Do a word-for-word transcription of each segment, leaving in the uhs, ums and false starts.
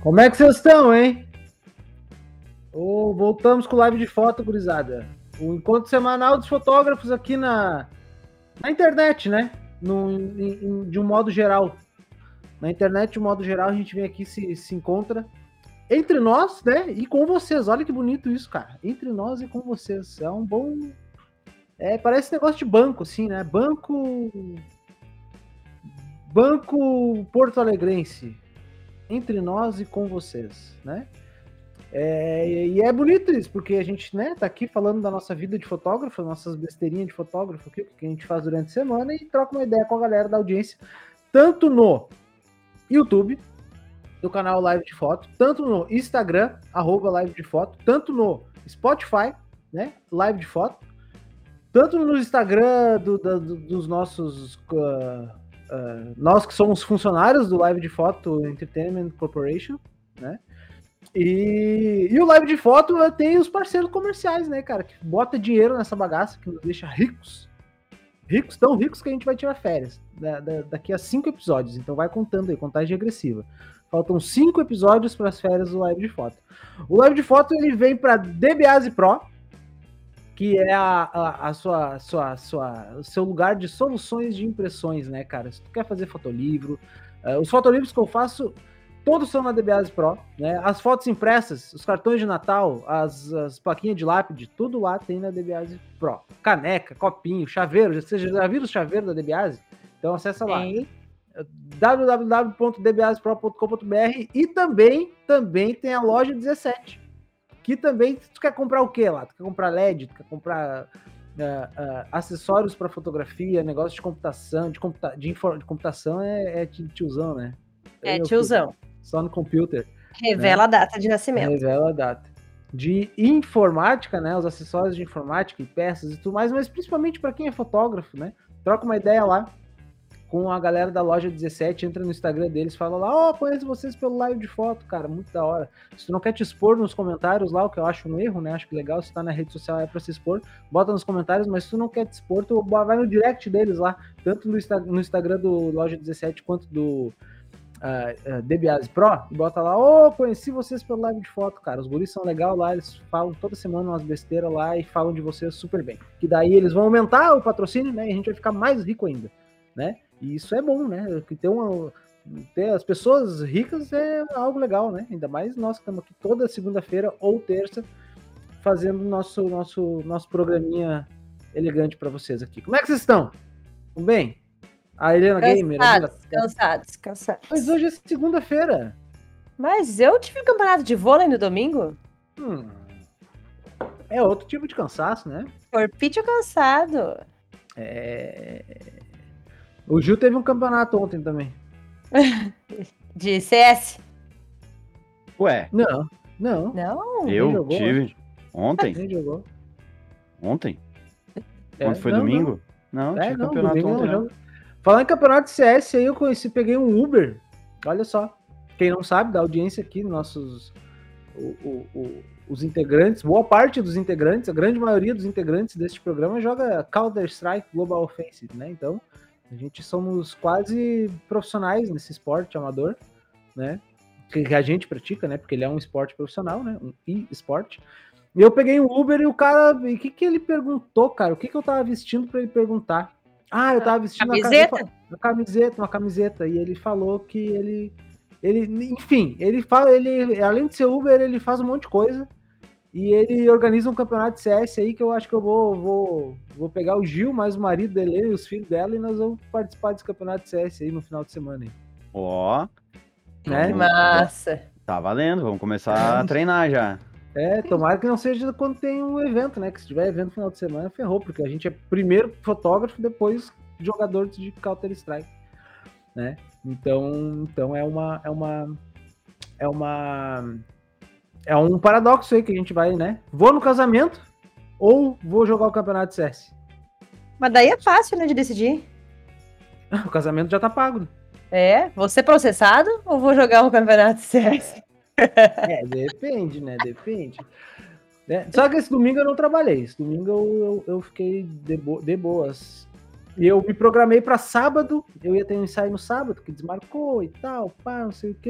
Como é que vocês estão, hein? Oh, voltamos com live de foto, gurizada. O encontro semanal dos fotógrafos aqui na, na internet, né? No, em, em, de um modo geral. Na internet, de um modo geral, a gente vem aqui se, se encontra entre nós, né? E com vocês. Olha que bonito isso, cara. Entre nós e com vocês. É um bom... É, parece negócio de banco, assim, né? Banco... Banco Porto Alegrense. Entre nós e com vocês, né? É, e é bonito isso, porque a gente, né, tá aqui falando da nossa vida de fotógrafo, nossas besteirinhas de fotógrafo, o que a gente faz durante a semana e troca uma ideia com a galera da audiência, tanto no YouTube, do canal Live de Foto, tanto no Instagram, arroba Live de Foto, tanto no Spotify, né, Live de Foto, tanto no Instagram do, do, dos nossos, uh, uh, nós que somos funcionários do Live de Foto Entertainment Corporation, né, E, e o Live de Foto tem os parceiros comerciais, né, cara? Que bota dinheiro nessa bagaça, que nos deixa ricos. Ricos, tão ricos que a gente vai tirar férias da, da, daqui a cinco episódios. Então vai contando aí, contagem regressiva. Faltam cinco episódios para as férias do Live de Foto. O Live de Foto ele vem para DBase Pro, que é a, a, a sua, sua, sua, o seu lugar de soluções de impressões, né, cara? Se tu quer fazer fotolivro, uh, os fotolivros que eu faço... Todos são na DBase Pro, né? As fotos impressas, os cartões de Natal, as, as plaquinhas de lápide, tudo lá tem na DBase Pro. Caneca, copinho, chaveiro. Vocês já viram o chaveiro da DBase? Então acessa lá. w w w ponto d b a s pro ponto com ponto b r e também, também tem a loja dezessete. Que também, tu quer comprar o que lá? Tu quer comprar L E D, tu quer comprar uh, uh, acessórios para fotografia, negócio de computação, de, computa de, de computação é, é tiozão, né? É, tiozão. Só no computer. Revela, né? A data de nascimento. Revela a data. De informática, né? Os acessórios de informática e peças e tudo mais, mas principalmente para quem é fotógrafo, né? Troca uma ideia lá com a galera da loja dezessete, entra no Instagram deles, fala lá, ó, oh, conheço vocês pelo live de foto, cara, muito da hora. Se tu não quer te expor nos comentários lá, o que eu acho um erro, né? Acho que legal, se tá na rede social é para se expor, bota nos comentários, mas se tu não quer te expor, tu vai no direct deles lá, tanto no, Insta no Instagram do loja dezessete quanto do Uh, uh, DBase Pro, e bota lá, ô, oh, conheci vocês pelo live de foto, cara, os guris são legal lá, eles falam toda semana umas besteiras lá e falam de vocês super bem, que daí eles vão aumentar o patrocínio, né, e a gente vai ficar mais rico ainda, né, e isso é bom, né, que ter uma, ter as pessoas ricas é algo legal, né, ainda mais nós que estamos aqui toda segunda-feira ou terça fazendo nosso, nosso, nosso programinha elegante para vocês aqui. Como é que vocês estão? Tudo bem? A Helena Gamer. Cansados, cansados, cansados. Mas hoje é segunda-feira. Mas eu tive um campeonato de vôlei no domingo. Hum. É outro tipo de cansaço, né? Corpite cansado. É... O Gil teve um campeonato ontem também. De C S? Ué. Não, não. Não. Eu jogou, tive ontem. Nem jogou. Ontem? É, Ontem foi não, domingo? Não, não é, tinha não, campeonato domingo ontem, não. não. Falando em campeonato de C S, aí eu conheci, peguei um Uber. Olha só. Quem não sabe, da audiência aqui, nossos o, o, o, os integrantes, boa parte dos integrantes, a grande maioria dos integrantes deste programa joga Counter-Strike Global Offensive, né? Então, a gente somos quase profissionais nesse esporte amador, né? Que a gente pratica, né? Porque ele é um esporte profissional, né? Um e-esporte. E eu peguei um Uber e o cara... E o que, que ele perguntou, cara? O que, que eu tava vestindo para ele perguntar? Ah, eu tava vestindo camiseta? Uma, uma camiseta, uma camiseta. E ele falou que ele... ele enfim, ele fala... ele além de ser Uber, ele faz um monte de coisa. E ele organiza um campeonato de C S aí que eu acho que eu vou, vou, vou pegar o Gil, mais o marido dele e os filhos dela e nós vamos participar desse campeonato de C S aí no final de semana. Ó. Oh, né? Massa. Tá valendo, vamos começar a treinar já. É, tomara que não seja quando tem um evento, né? Que se tiver evento no final de semana, ferrou, porque a gente é primeiro fotógrafo, depois jogador de Counter-Strike, né? Então, então é uma... É uma... É uma... É um paradoxo aí que a gente vai, né? Vou no casamento ou vou jogar o campeonato de C S? Mas daí é fácil, né, de decidir. O casamento já tá pago, né? É? Vou ser processado ou vou jogar um campeonato de C S? É, depende, né? Depende. É, só que esse domingo eu não trabalhei. Esse domingo eu, eu, eu fiquei de, bo de boas. E eu me programei para sábado. Eu ia ter um ensaio no sábado, que desmarcou e tal, pá, não sei o quê.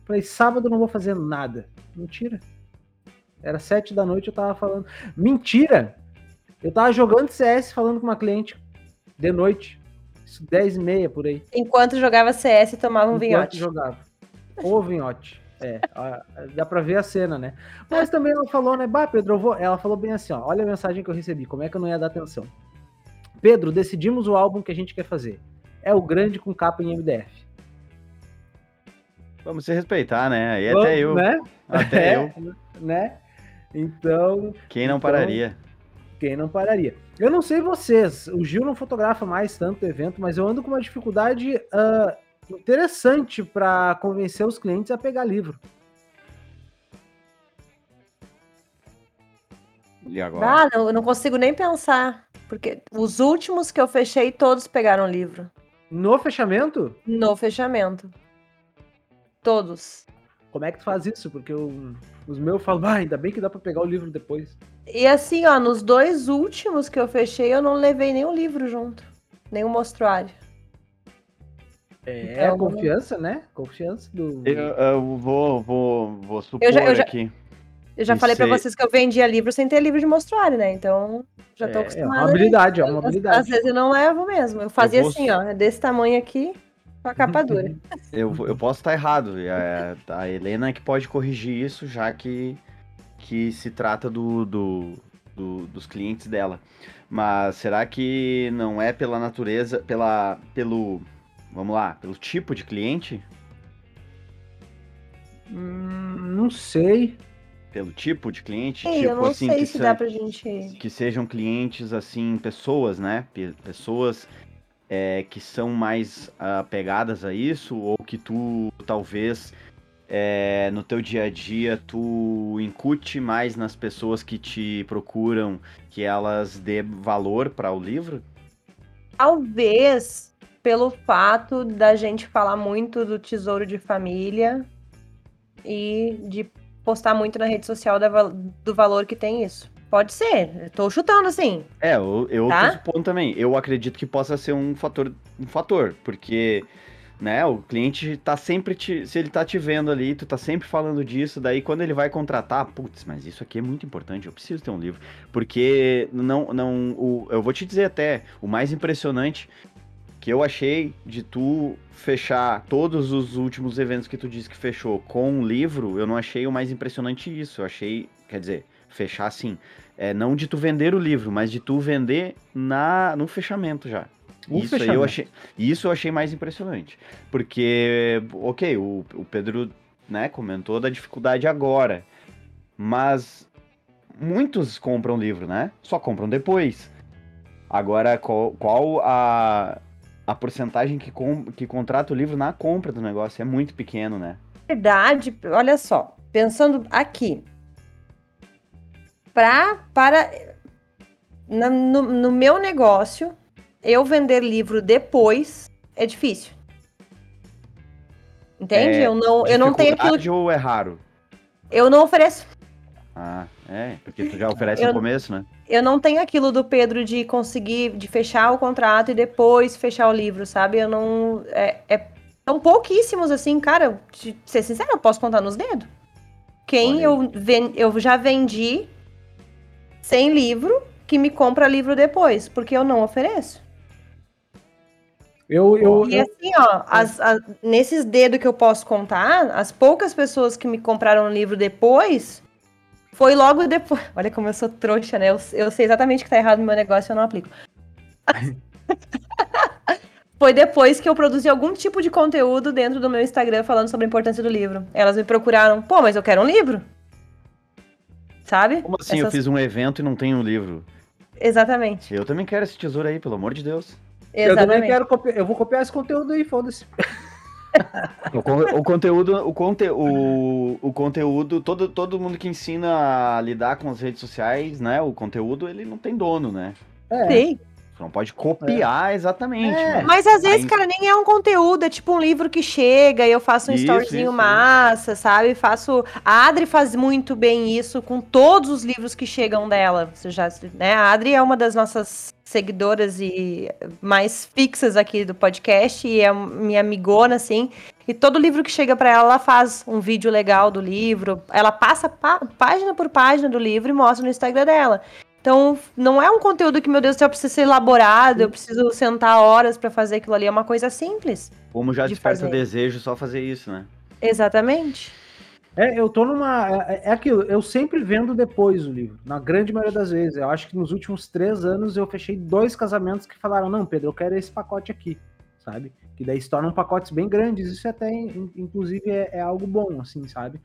Falei, sábado eu não vou fazer nada. Mentira. Era sete da noite, eu tava falando. Mentira! Eu tava jogando C S falando com uma cliente de noite. Isso, dez e meia por aí. Enquanto jogava C S e tomava um Enquanto vinhote. jogava. Ou vinhote. É, a- a- dá pra ver a cena, né? Mas também ela falou, né? Bah, Pedro, eu vou. Ela falou bem assim, ó. Olha a mensagem que eu recebi. Como é que eu não ia dar atenção? Pedro, decidimos o álbum que a gente quer fazer. É o grande com capa em M D F. Vamos se respeitar, né? Aí Vamos, até eu. Né? Até É, eu. Né? Então. Quem não então, pararia? Quem não pararia? Eu não sei vocês. O Gil não fotografa mais tanto evento, mas eu ando com uma dificuldade uh, interessante para convencer os clientes a pegar livro. E agora? Ah, não, eu não consigo nem pensar. Porque os últimos que eu fechei, todos pegaram livro. No fechamento? No fechamento. Todos. Como é que tu faz isso? Porque eu, os meus falam, ah, ainda bem que dá para pegar o livro depois. E assim, ó, nos dois últimos que eu fechei, eu não levei nenhum livro junto. Nenhum mostruário. É, Então, confiança, né? Confiança do. Eu, eu vou, vou, vou supor Eu já- eu já- aqui. Eu já E falei pra sei- vocês que eu vendia livro sem ter livro de mostruário, né? Então, já tô É, é acostumada. uma habilidade, é uma Às- habilidade. Às vezes eu não levo mesmo. Eu fazia vou- assim, ó, é desse tamanho aqui, com a capa dura. Eu, vou- eu posso estar errado. e A, a Helena é que pode corrigir isso, já que, que se trata do, do, do- dos clientes dela. Mas será que não é pela natureza, pela, pelo, vamos lá, pelo tipo de cliente? Hum, não sei. Pelo tipo de cliente? Ei, tipo eu não assim, sei que, se se- dá pra gente. que sejam clientes, assim, pessoas, né? Pe- Pessoas é, que são mais apegadas a isso, ou que tu, talvez, é, no teu dia a dia, tu incute mais nas pessoas que te procuram, que elas dê valor para o livro? Talvez pelo fato da gente falar muito do tesouro de família e de postar muito na rede social da val- do valor que tem isso. Pode ser, eu tô chutando assim. É, eu, eu Tá? tô supondo também. Eu acredito que possa ser um fator, um fator, porque, né, o cliente tá sempre te, se ele tá te vendo ali, tu tá sempre falando disso, daí quando ele vai contratar, putz, mas isso aqui é muito importante, eu preciso ter um livro, porque não, não, o, eu vou te dizer até, o mais impressionante que eu achei de tu fechar todos os últimos eventos que tu disse que fechou com um livro, eu não achei o mais impressionante isso, eu achei, quer dizer, fechar assim, é, não de tu vender o livro, mas de tu vender na, no fechamento já. No Isso aí eu fechamento. achei, isso eu achei mais impressionante, porque, ok, o, o Pedro, né, comentou da dificuldade agora, mas muitos compram livro, né? Só compram depois. Agora, qual, qual a, a porcentagem que, com, que contrata o livro na compra do negócio? É muito pequeno, né? Verdade, olha só, pensando aqui, pra, para na- no, no meu negócio, eu vender livro depois é difícil. Entende? É, eu não, eu não tenho aquilo, Dificuldade ou é raro? eu não ofereço, Ah, é, porque tu já oferece Eu- no começo, né? eu não tenho aquilo do Pedro de conseguir, de fechar o contrato e depois fechar o livro, sabe? Eu não, é, é são pouquíssimos assim, cara. De ser sincero, eu posso contar nos dedos. Quem Olha aí. eu, ven, eu já vendi sem livro que me compra livro depois, porque eu não ofereço. Eu, eu, E eu- assim, ó, as- as- nesses dedos que eu posso contar, as poucas pessoas que me compraram o livro depois, foi logo depois. Olha como eu sou trouxa, né? Eu, eu sei exatamente o que tá errado no meu negócio e eu não aplico. Foi depois que eu produzi algum tipo de conteúdo dentro do meu Instagram falando sobre a importância do livro. Elas me procuraram, pô, mas eu quero um livro. Sabe? Como assim eu Essas- fiz um evento e não tenho um livro? Exatamente. Eu também quero esse tesouro aí, pelo amor de Deus. eu também Exatamente. quero copiar. Eu vou copiar esse conteúdo aí, foda-se. O, con- o conteúdo, o, conte, o, o conteúdo, todo, todo mundo que ensina a lidar com as redes sociais, né? O conteúdo, ele não tem dono, né? É. Sim. Você não pode copiar é. exatamente. É. Mas às vezes, Aí... cara, nem é um conteúdo, é tipo um livro que chega e eu faço um isso, storyzinho isso, massa, isso. sabe? Faço. A Adri faz muito bem isso com todos os livros que chegam dela. Você já, né? A Adri é uma das nossas seguidoras e mais fixas aqui do podcast e é minha amigona, assim. E todo livro que chega pra ela, ela faz um vídeo legal do livro. Ela passa pá, página por página do livro e mostra no Instagram dela. Então, não é um conteúdo que, meu Deus do céu, precisa ser elaborado, eu preciso sentar horas pra fazer aquilo ali. É uma coisa simples. Como já de desperta o desejo só fazer isso, né? Exatamente. É, eu tô numa... É, é aquilo, eu sempre vendo depois o livro, na grande maioria das vezes. Eu acho que nos últimos três anos eu fechei dois casamentos que falaram, não, Pedro, eu quero esse pacote aqui, sabe? Que daí se tornam pacotes bem grandes, isso até, inclusive, é, é algo bom, assim, sabe?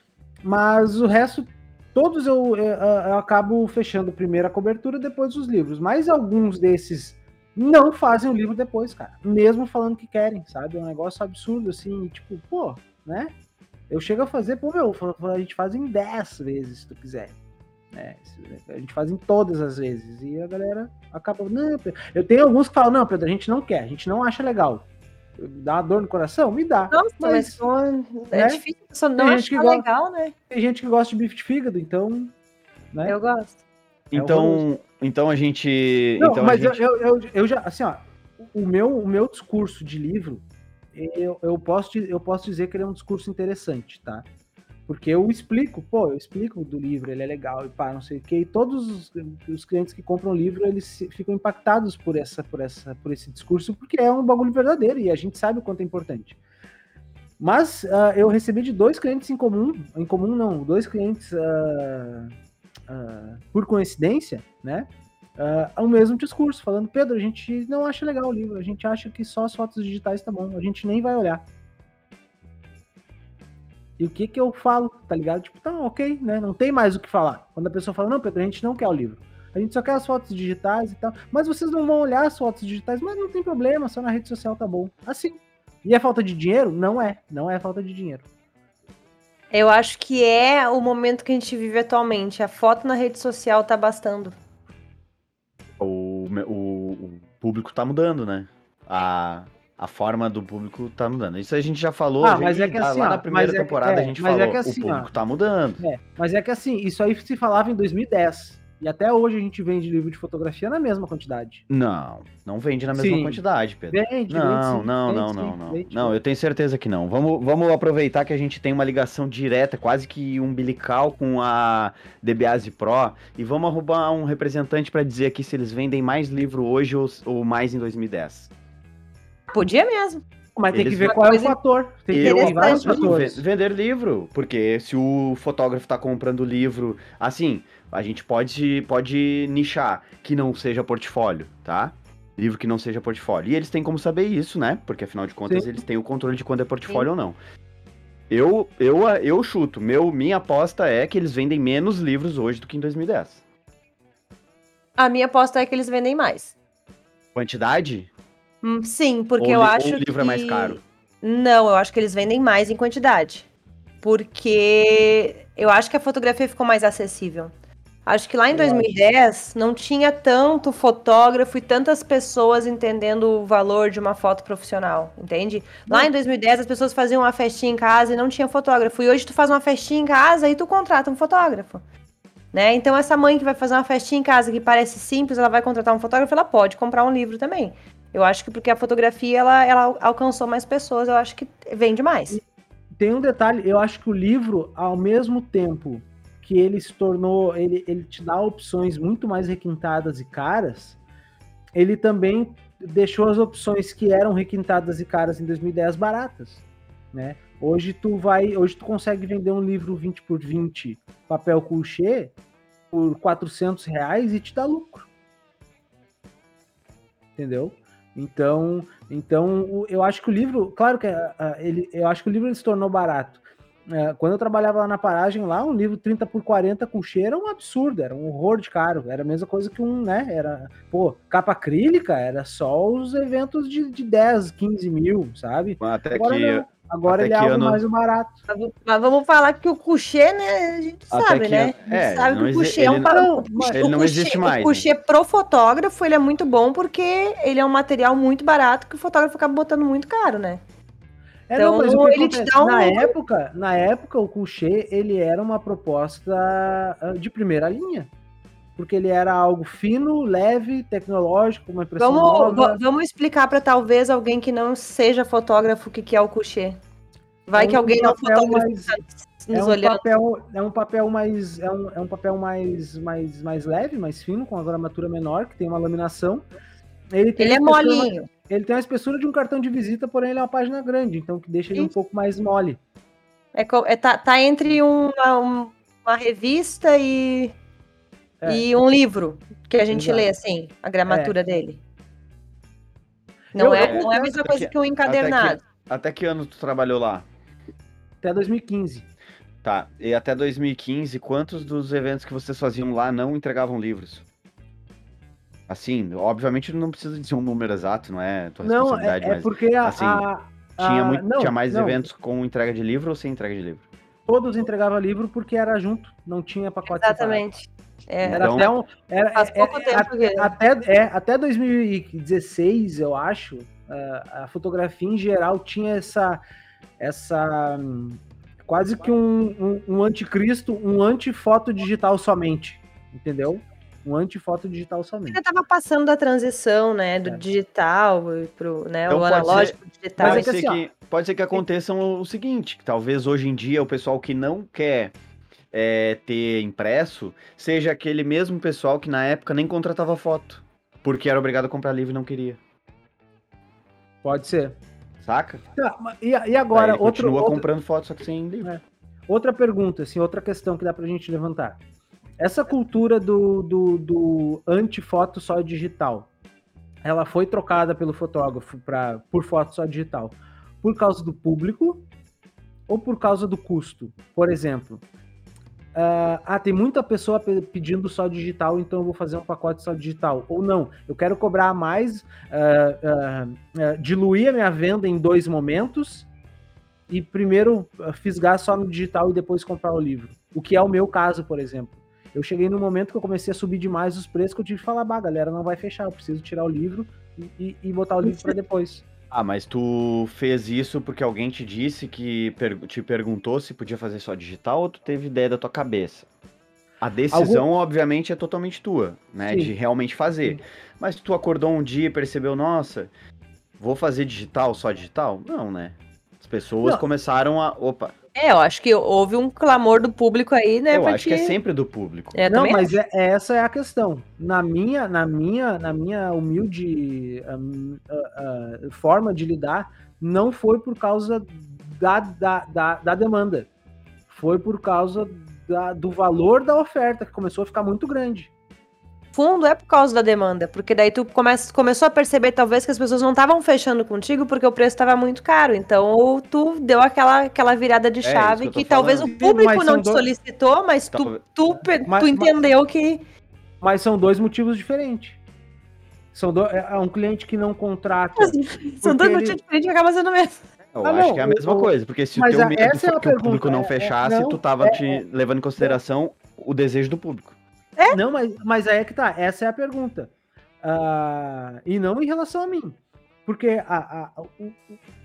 Mas o resto... Todos eu, eu, eu acabo fechando primeiro a cobertura, depois os livros. Mas alguns desses não fazem o livro depois, cara. Mesmo falando que querem, sabe? É um negócio absurdo, assim. Tipo, pô, né? Eu chego a fazer, pô, meu, a gente faz em dez vezes, se tu quiser. Né? A gente faz em todas as vezes. E a galera acaba... Não, eu tenho alguns que falam, não, Pedro, a gente não quer, a gente não acha legal. Dá uma dor no coração? Me dá. Nossa, mas, mas é né? difícil, só não achar legal, né? Tem gente que gosta de bife de fígado, então... Né? Eu gosto. Então, é então a gente... Não, então mas a gente... Eu, eu, eu, eu já, assim, ó, o meu, o meu discurso de livro, eu, eu, posso, eu posso dizer que ele é um discurso interessante, tá? Porque eu explico, pô, eu explico do livro, ele é legal e pá, não sei o quê, e todos os, os clientes que compram o livro, eles ficam impactados por, essa, por, essa, por esse discurso, porque é um bagulho verdadeiro e a gente sabe o quanto é importante. Mas uh, eu recebi de dois clientes em comum, em comum não, dois clientes uh, uh, por coincidência, né, uh, o mesmo discurso, falando, Pedro, a gente não acha legal o livro, a gente acha que só as fotos digitais tá bom, a gente nem vai olhar. E o que que eu falo, tá ligado? Tipo, tá, ok, né? Não tem mais o que falar. Quando a pessoa fala, não, Pedro, a gente não quer o livro. A gente só quer as fotos digitais e tal. Mas vocês não vão olhar as fotos digitais, mas não tem problema, só na rede social tá bom. Assim. E é falta de dinheiro? Não é. Não é falta de dinheiro. Eu acho que é o momento que a gente vive atualmente. A foto na rede social tá bastando. O, o, o público tá mudando, né? A... A forma do público tá mudando. Isso a gente já falou. Ah, mas é que assim, lá ó, na primeira é temporada que, é, a gente mas falou, é que assim, o público ó, tá mudando. É, mas é que assim, isso aí se falava em dois mil e dez. E até hoje a gente vende livro de fotografia na mesma quantidade. Não, não vende na mesma sim. quantidade, Pedro. Vende, não, vende, sim, não, vende, não, sim, não, não. vende, não, eu tenho certeza que não. Vamos, vamos aproveitar que a gente tem uma ligação direta, quase que umbilical com a DBase Pro, e vamos arrumar um representante para dizer aqui se eles vendem mais livro hoje ou, ou mais em dois mil e dez. Podia mesmo. Mas Eles tem que ver qual é o fator. Tem que ver vários fatores. Vender livro, porque se o fotógrafo tá comprando livro, assim, a gente pode, pode nichar que não seja portfólio, tá? Livro que não seja portfólio. E eles têm como saber isso, né? Porque afinal de contas Sim. eles têm o controle de quando é portfólio Sim. ou não. Eu, eu, eu chuto, meu, minha aposta é que eles vendem menos livros hoje do que em dois mil e dez. A minha aposta é que eles vendem mais. Quantidade? Sim, porque ou, eu acho que... Ou o livro que... é mais caro? Não, eu acho que eles vendem mais em quantidade. Porque eu acho que a fotografia ficou mais acessível. Acho que lá em eu dois mil e dez acho. Não tinha tanto fotógrafo e tantas pessoas entendendo o valor de uma foto profissional, entende? Não. Lá em dois mil e dez as pessoas faziam uma festinha em casa e não tinha fotógrafo. E hoje tu faz uma festinha em casa e tu contrata um fotógrafo. Né? Então essa mãe que vai fazer uma festinha em casa que parece simples, ela vai contratar um fotógrafo, ela pode comprar um livro também. Eu acho que porque a fotografia, ela, ela alcançou mais pessoas, eu acho que vende mais. Tem um detalhe, eu acho que o livro, ao mesmo tempo que ele se tornou, ele, ele te dá opções muito mais requintadas e caras, ele também deixou as opções que eram requintadas e caras em dois mil e dez baratas, né? Hoje tu vai, hoje tu consegue vender um livro vinte por vinte, papel couché, por quatrocentos reais e te dá lucro. Entendeu? Então, então, eu acho que o livro, claro que uh, ele, eu acho que o livro ele se tornou barato. Uh, quando eu trabalhava lá na paragem, lá, um livro trinta por quarenta couché era um absurdo, era um horror de caro, era a mesma coisa que um, né, era, pô, capa acrílica, era só os eventos de, de dez, quinze mil, sabe? Até Agora que, não. Agora Até ele é que algo ano- mais barato. Mas vamos falar que o couchê, né? A gente Até sabe, que né? ano- A gente é, sabe não que o exi- couchê é ele um não- pa- Não, o couchê- ele não o couchê- existe mais, O couchê pro fotógrafo, ele é muito bom porque ele é um material muito barato que o fotógrafo acaba botando muito caro, né? É, Então, não, mas o que ele te acontece? dá um Na lucro. época, na época, o couché, ele era uma proposta ah, de primeira linha. Porque ele era algo fino, leve, tecnológico, uma impressão Vamos, nova. va- vamos explicar para talvez alguém que não seja fotógrafo o que, que é o couchê. Vai É que um alguém não papel fotógrafo mais- tá É nos um olhando. papel, é um papel mais, é um, é um papel mais, mais, mais leve, mais fino, com a gramatura menor, que tem uma laminação. Ele, tem Ele é a espessura- molinho. Ele tem a espessura de um cartão de visita, porém ele é uma página grande, então que deixa ele um Isso. pouco mais mole. É, co- é, tá, tá entre uma, um- uma revista e, É. e um livro que a gente Exato. lê, assim, a gramatura dele. Não, Eu- é, eu não é a confesso mesma que- coisa que um encadernado. Até que ano tu trabalhou lá? Até dois mil e quinze. Tá, e até dois mil e quinze, quantos dos eventos que vocês faziam lá não entregavam livros? Assim, obviamente não precisa dizer um número exato, não é tua Não, responsabilidade, é, é mas porque a, assim, a- tinha, a- muito, não, tinha mais não, eventos com entrega de livro ou sem entrega de livro? Todos entregavam livro porque era junto, não tinha pacote Exatamente. É, separado. Era Então- até um, era, Faz é- pouco é- tempo que- até, é, até dois mil e dezesseis, eu acho, a, a fotografia em geral tinha essa, essa hum, quase que um, um, um anticristo, um antifoto digital somente, entendeu? Um antifoto digital somente. ainda estava passando da transição, né, do É. digital pro, né, Então o pode analógico pro digital. Mas Pode, é que ser assim, que, pode ser que aconteça o seguinte, que talvez hoje em dia o pessoal que não quer é, ter impresso seja aquele mesmo pessoal que na época nem contratava foto, porque era obrigado a comprar livro e não queria, Pode ser. saca? Tá, mas e, e agora, Aí ele outro, continua outro- comprando foto, só que sem livro. outra pergunta, assim, outra questão que dá pra gente levantar. Essa cultura do, do, do anti-foto só digital, ela foi trocada pelo fotógrafo pra, por foto só digital por causa do público ou por causa do custo? Por exemplo, ah, ah, tem muita pessoa pe- pedindo só digital, então eu vou fazer um pacote só digital. Ou não, eu quero cobrar mais, ah, ah, ah, diluir a minha venda em dois momentos e primeiro ah, fisgar só no digital e depois comprar o livro. O que é o meu caso, por exemplo. Eu cheguei num momento que eu comecei a subir demais os preços que eu tive que falar, bah, galera, não vai fechar, eu preciso tirar o livro e, e- e botar o livro para depois. Ah, mas tu fez isso porque alguém te disse que per- te perguntou se podia fazer só digital ou tu teve ideia da tua cabeça? A decisão, obviamente, é totalmente tua, né? Sim. De realmente fazer. Mas tu acordou um dia e percebeu, nossa, vou fazer digital, só digital? Não, né? As pessoas Não. começaram a. Opa, É, eu acho que houve um clamor do público aí, né? eu pra acho que é sempre do público. É, Não, também mas acho. é- essa é a questão. Na minha, na minha, na minha humilde hum, ah, ah, forma de lidar, não foi por causa da, da, da, da demanda. Foi por causa da- do valor da oferta, que começou a ficar muito grande. Fundo é por causa da demanda, porque daí tu começa, começou a perceber talvez que as pessoas não estavam fechando contigo porque o preço estava muito caro. Então tu deu aquela, aquela virada de É, chave isso que que, eu tô talvez falando. o público Mas não são te dois- solicitou, mas tu, Talvez- tu, pe- Mas- tu entendeu que. Mas são dois motivos diferentes. São do, é é um cliente que não contrata. São dois ele- motivos diferentes que acaba sendo mesmo. Eu Ah, acho não, que é a mesma o- coisa, porque se o mas teu a- medo essa é foi a que o público pergunta, não é- é- fechasse, não, tu tava é- te levando em consideração o desejo do público. Não, mas, mas aí é que tá. Essa é a pergunta. Ah, e não em relação a mim. Porque a, a, o,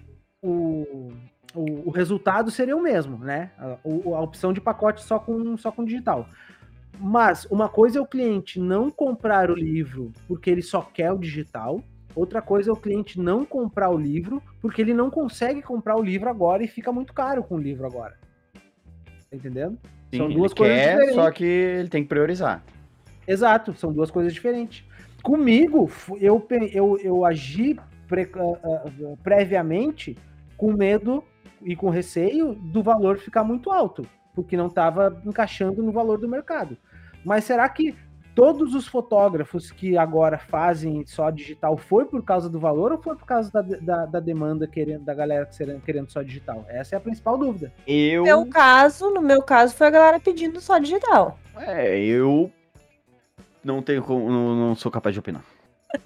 o, o, o resultado seria o mesmo, né? A, o- a opção de pacote só com, só com digital. Mas uma coisa é o cliente não comprar o livro porque ele só quer o digital. Outra coisa é o cliente não comprar o livro porque ele não consegue comprar o livro agora e fica muito caro com o livro agora. Tá entendendo? Sim, São duas ele coisas quer, diferentes. só que ele tem que priorizar. Exato, são duas coisas diferentes. Comigo, fu- eu, pe- eu, eu agi pre- ah, ah, previamente com medo e com receio do valor ficar muito alto, porque não estava encaixando no valor do mercado. Mas será que todos os fotógrafos que agora fazem só digital foi por causa do valor ou foi por causa da, da, da demanda querendo, da galera querendo, querendo só digital? Essa é a principal dúvida. Eu. No meu caso, no meu caso, foi a galera pedindo só digital. É, eu. Não tenho como. Não, não sou capaz de opinar.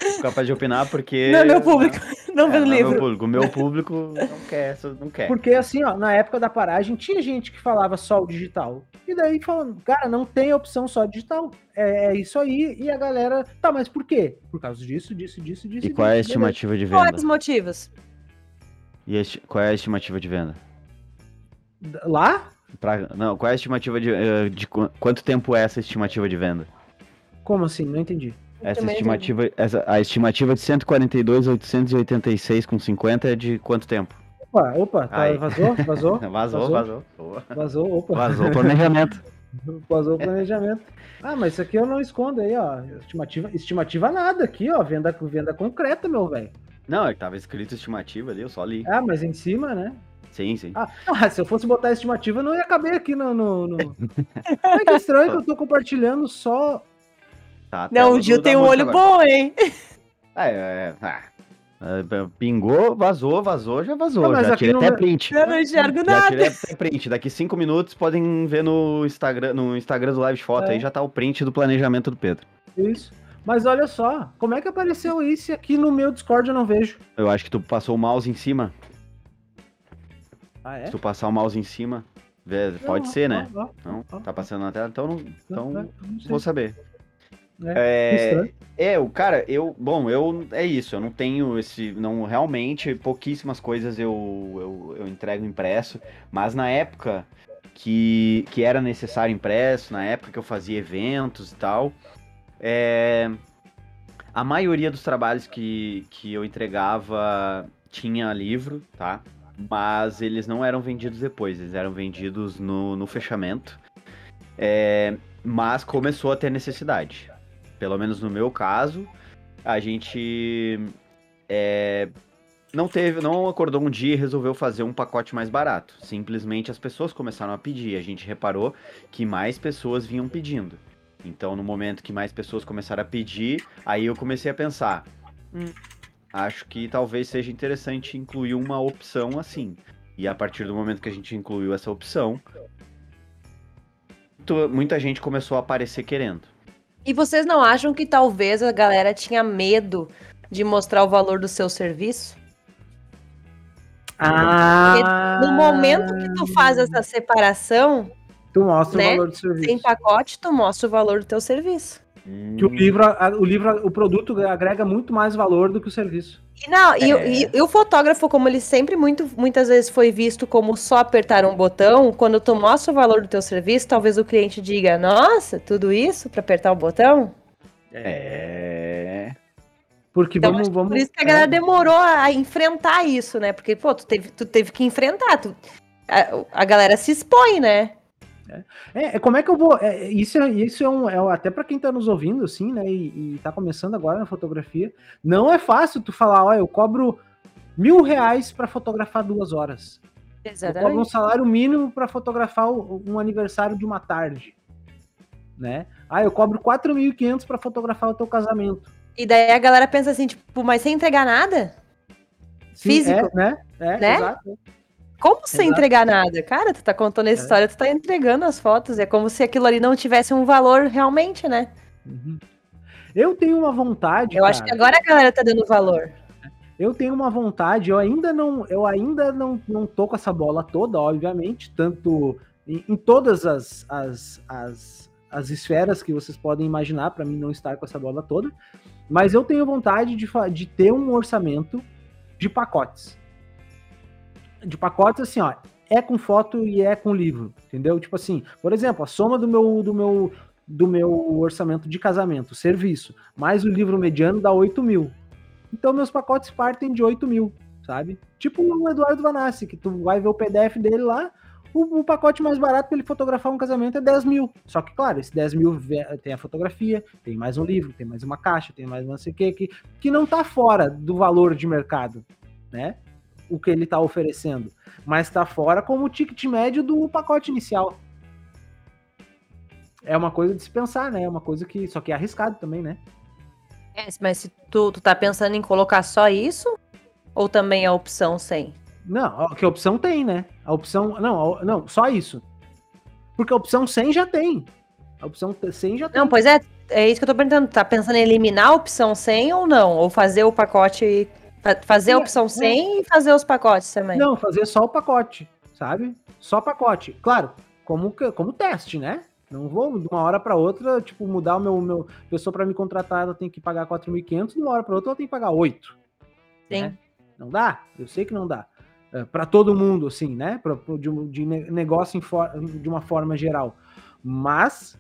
capaz de opinar porque... Não é meu público, não É, vê o não é livro. meu público. O meu público não quer, só- não quer. Porque assim, ó, na época da paragem tinha gente que falava só o digital. E daí falando, cara, não tem opção só digital. É, é isso aí. E a galera, tá, mas por quê? Por causa disso, disso, disso, disso. E qual é a disso, estimativa de Quais venda? os motivos? E a esti- qual é a estimativa de venda? beleza. Lá? Pra- Não, qual é a estimativa de, eh, de qu- quanto tempo é essa estimativa de venda? Como assim? Não entendi. Essa também estimativa, essa, a estimativa de cento e quarenta e dois, oitocentos e oitenta e seis com cinquenta é de quanto tempo? Opa, opa, tá, Aí. vazou? Vazou? Vazou, vazou. Boa. Vazou, opa. Vazou o planejamento. Vazou o planejamento. Ah, mas isso aqui eu não escondo aí, ó. Estimativa, estimativa nada aqui, ó. Venda, venda concreta, meu velho. Não, ele tava escrito estimativa ali, eu só li. Ah, mas em cima, né? Sim, sim. Ah, ah, se eu fosse botar a estimativa, não ia caber aqui no. no, no... Ai, que estranho que eu tô compartilhando só. Tá, a Não, tela o Gil do- tem da um música olho agora. bom, hein? É, é, ah. Ah, pingou, vazou, vazou, já vazou. Ah, mas já aqui tirei não até vê- print. Eu não enxergo Já nada. tirei até print. Daqui cinco minutos podem ver no Instagram, no Instagram do Live de Foto. É. Aí já tá o print do planejamento do Pedro. Isso. Mas olha só, como é que apareceu isso aqui no meu Discord eu não vejo? Eu acho que tu passou o mouse em cima. Ah, é? Se tu passar o mouse em cima, vê- pode ser, né? Ó, ó, Não? ó, Tá passando na tela? Então não, então ó, não sei. vou saber. É, É, estranho. é, o cara, eu, bom, eu é isso, eu não tenho esse, não realmente pouquíssimas coisas eu, eu, eu entrego impresso, mas na época que, que era necessário impresso, na época que eu fazia eventos e tal, é, a maioria dos trabalhos que, que eu entregava tinha livro, tá? Mas eles não eram vendidos depois, eles eram vendidos no, no fechamento, é, mas começou a ter necessidade. Pelo menos no meu caso, a gente é, não teve, não acordou um dia e resolveu fazer um pacote mais barato. Simplesmente as pessoas começaram a pedir. A gente reparou que mais pessoas vinham pedindo. Então, no momento que mais pessoas começaram a pedir, aí eu comecei a pensar, hum, acho que talvez seja interessante incluir uma opção assim. E a partir do momento que a gente incluiu essa opção, tu- muita gente começou a aparecer querendo. E vocês não acham que talvez a galera tinha medo de mostrar o valor do seu serviço? Ah, No momento que tu faz essa separação, tu mostra né? o valor do serviço. sem pacote, tu mostra o valor do teu serviço. Que o livro, a- o livro, o produto agrega muito mais valor do que o serviço. E, não, e, É. e- e o fotógrafo, como ele sempre muito, muitas vezes foi visto como só apertar um botão, quando tu mostra o valor do teu serviço, talvez o cliente diga, nossa, tudo isso para apertar o botão? É. Porque Então, vamos, acho que vamos. por isso que a galera demorou a enfrentar isso, né? Porque, pô, tu teve, tu teve que enfrentar. Tu, a, a galera se expõe, né? É, é, como é que eu vou. É, isso é, isso é um. É, até pra quem tá nos ouvindo, assim, né? E, e tá começando agora na fotografia. Não é fácil tu falar, ó, eu cobro mil reais pra fotografar duas horas. Eu cobro um salário mínimo pra fotografar o- um aniversário de uma tarde. Né? Ah, eu cobro quatro mil e quinhentos pra fotografar o teu casamento. E daí a galera pensa assim, tipo, mas sem entregar nada? Sim, Físico. É, né? É, Né? exato. Como sem Exato. entregar nada? Cara, tu tá contando essa É. história, tu tá entregando as fotos. É como se aquilo ali não tivesse um valor realmente, né? Uhum. Eu tenho uma vontade. Eu acho que agora a galera tá dando valor. Eu tenho uma vontade, eu ainda não, eu ainda não, não tô com essa bola toda, obviamente, tanto em, em todas as, as, as, as esferas que vocês podem imaginar, para mim não estar com essa bola toda, mas eu tenho vontade de, fa- de ter um orçamento de pacotes. De pacotes assim, ó, é com foto e é com livro, entendeu? Tipo assim, por exemplo, a soma do meu, do meu, do meu orçamento de casamento, serviço, mais o livro mediano dá oito mil. Então meus pacotes partem de oito mil, sabe? Tipo o Eduardo Vanassi, que tu vai ver o P D F dele lá, o, o pacote mais barato para ele fotografar um casamento é dez mil. Só que, claro, esse dez mil ve- tem a fotografia, tem mais um livro, tem mais uma caixa, tem mais não sei o que, que, que não tá fora do valor de mercado, né? O que ele tá oferecendo. Mas tá fora como o ticket médio do pacote inicial. É uma coisa de se pensar, né? É uma coisa que. Só que é arriscado também, né? É, mas se tu, tu tá pensando em colocar só isso? Ou também a opção sem? Não, que opção tem, né? A opção. Não, a- não, só isso. Porque a opção cem já tem. A opção cem já tem. Não, pois é, é isso que eu tô perguntando. Tá pensando em eliminar a opção cem ou não? Ou fazer o pacote... Fazer a opção cem e fazer os pacotes também? Não, fazer só o pacote, sabe? Só pacote. Claro, como, como teste, né? Não vou de uma hora para outra, tipo, mudar o meu... meu pessoa para me contratar, ela tem que pagar quatro mil e quinhentos, de uma hora para outra ela tem que pagar oito. Sim. Né? Não dá? Eu sei que não dá. É, para todo mundo, assim, né? Pra, de, de negócio em for, de uma forma geral. Mas...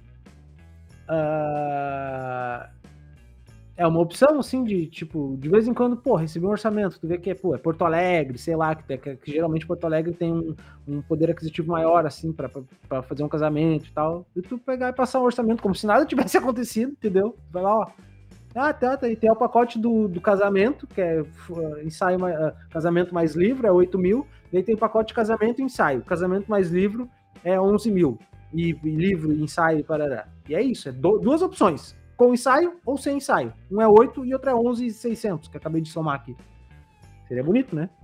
Uh, é uma opção, assim, de, tipo, de vez em quando, pô, receber um orçamento, tu vê que é, pô, é Porto Alegre, sei lá, que, que, que geralmente Porto Alegre tem um, um poder aquisitivo maior, assim, pra, pra, pra fazer um casamento e tal, e tu pegar e passar um orçamento como se nada tivesse acontecido, entendeu? Vai lá, ó, ah, tá, tá, e tem o pacote do, do casamento, que é uh, ensaio, uh, casamento mais livro, é oito mil, daí tem o pacote de casamento e ensaio, casamento mais livro é onze mil, e, e livro, ensaio, parará, e é isso, é do, duas opções, com ensaio ou sem ensaio. Um é oito e outro é onze mil e seiscentos, que eu acabei de somar aqui. Seria bonito, né?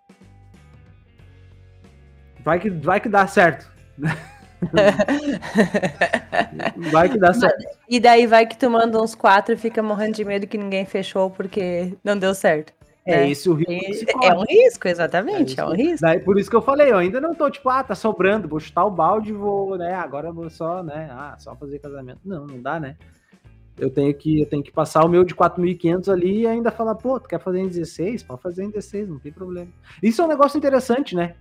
Vai que, vai que dá certo. Vai que dá certo. E daí vai que tu manda uns quatro e fica morrendo de medo que ninguém fechou porque não deu certo. É né? esse o risco que se corre. É um risco, exatamente, é, é um risco. Daí, por isso que eu falei, eu ainda não tô tipo, ah, tá sobrando, vou chutar o balde e vou, né, agora eu vou só, né, ah, só fazer casamento. Não, não dá, né? Eu tenho que, eu tenho que passar o meu de quatro mil e quinhentos ali e ainda falar, pô, tu quer fazer em dezesseis? Pode fazer em dezesseis, não tem problema. Isso é um negócio interessante, né?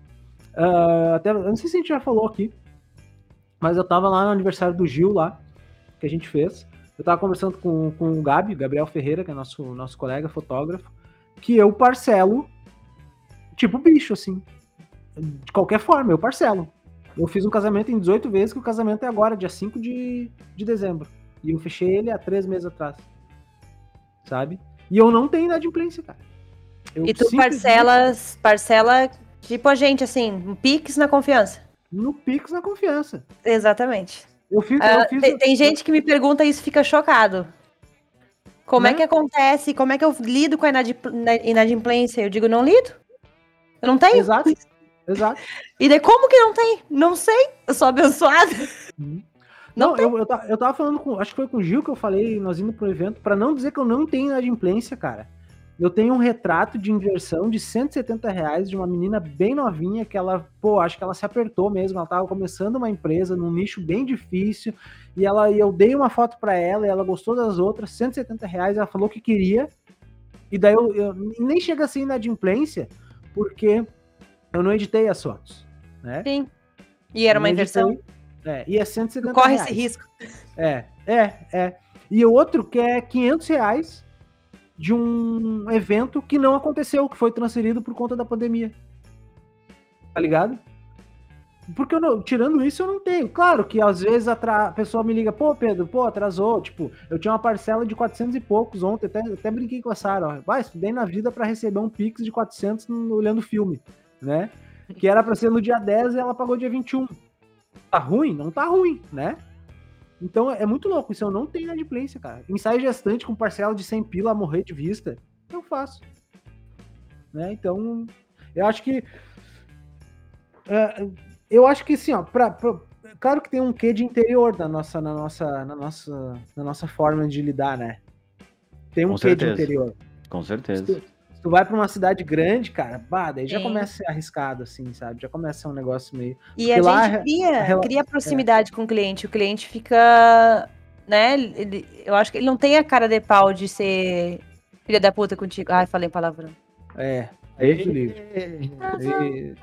Uh, até, eu não sei se a gente já falou aqui, mas eu tava lá no aniversário do Gil lá, que a gente fez. Eu tava conversando com, com o Gabi, Gabriel Ferreira, que é nosso, nosso colega fotógrafo, que eu parcelo tipo bicho, assim. De qualquer forma, eu parcelo. Eu fiz um casamento em dezoito vezes, que o casamento é agora, dia cinco de, de dezembro. E eu fechei ele há três meses atrás. Sabe? E eu não tenho inadimplência, cara. Eu e tu parcelas, parcela, tipo a gente, assim, um Pix na confiança. No Pix na confiança. Exatamente. Eu fiz, uh, eu fiz tem, eu... tem gente que me pergunta isso, fica chocado. Como né? é que acontece? Como é que eu lido com a inadimplência? Eu digo, não lido. Eu não tenho. Exato. Exato. E daí, como que não tem? Não sei. Eu sou abençoada. Hum. Não, não eu, eu, tava, eu tava falando com, acho que foi com o Gil que eu falei, nós indo pro evento, pra não dizer que eu não tenho inadimplência, cara. Eu tenho um retrato de inversão de cento e setenta reais de uma menina bem novinha, que ela, pô, acho que ela se apertou mesmo, ela tava começando uma empresa num nicho bem difícil, e ela, eu dei uma foto pra ela, e ela gostou das outras, cento e setenta reais, ela falou que queria, e daí eu, eu nem chega assim inadimplência, porque eu não editei as fotos, né? Sim, e era uma inversão. É, e é cento e setenta corre reais. Esse risco. É, é, é. E o outro que é quinhentos reais de um evento que não aconteceu, que foi transferido por conta da pandemia. Tá ligado? Porque eu não, tirando isso eu não tenho. Claro que às vezes a, tra... a pessoa me liga, pô, Pedro, pô, atrasou. Tipo, eu tinha uma parcela de quatrocentos e poucos ontem, até, até brinquei com a Sara, ó. Vai, estudei na vida pra receber um Pix de quatrocentos olhando filme, né? Que era pra ser no dia dez e ela pagou dia vinte e um. Tá ruim? Não tá ruim, né? Então é muito louco, isso eu não tenho inadimplência, cara. Ensaio gestante com parcela de cem pila a morrer de vista, eu faço. Né? Então, eu acho que... Uh, eu acho que, assim, ó, pra, pra, claro que tem um quê de interior na nossa, na nossa, na nossa, na nossa forma de lidar, né? Tem um com quê certeza. de interior. Com certeza. Se tu, se tu vai pra uma cidade grande, cara, bah, daí já Sim. começa a ser arriscado, assim, sabe? Já começa a ser um negócio meio... E a lá, gente cria, a... cria proximidade é. com o cliente. O cliente fica, né? Ele, eu acho que ele não tem a cara de pau de ser filha da puta contigo. Ai, falei palavrão. É, aí eu livro. E...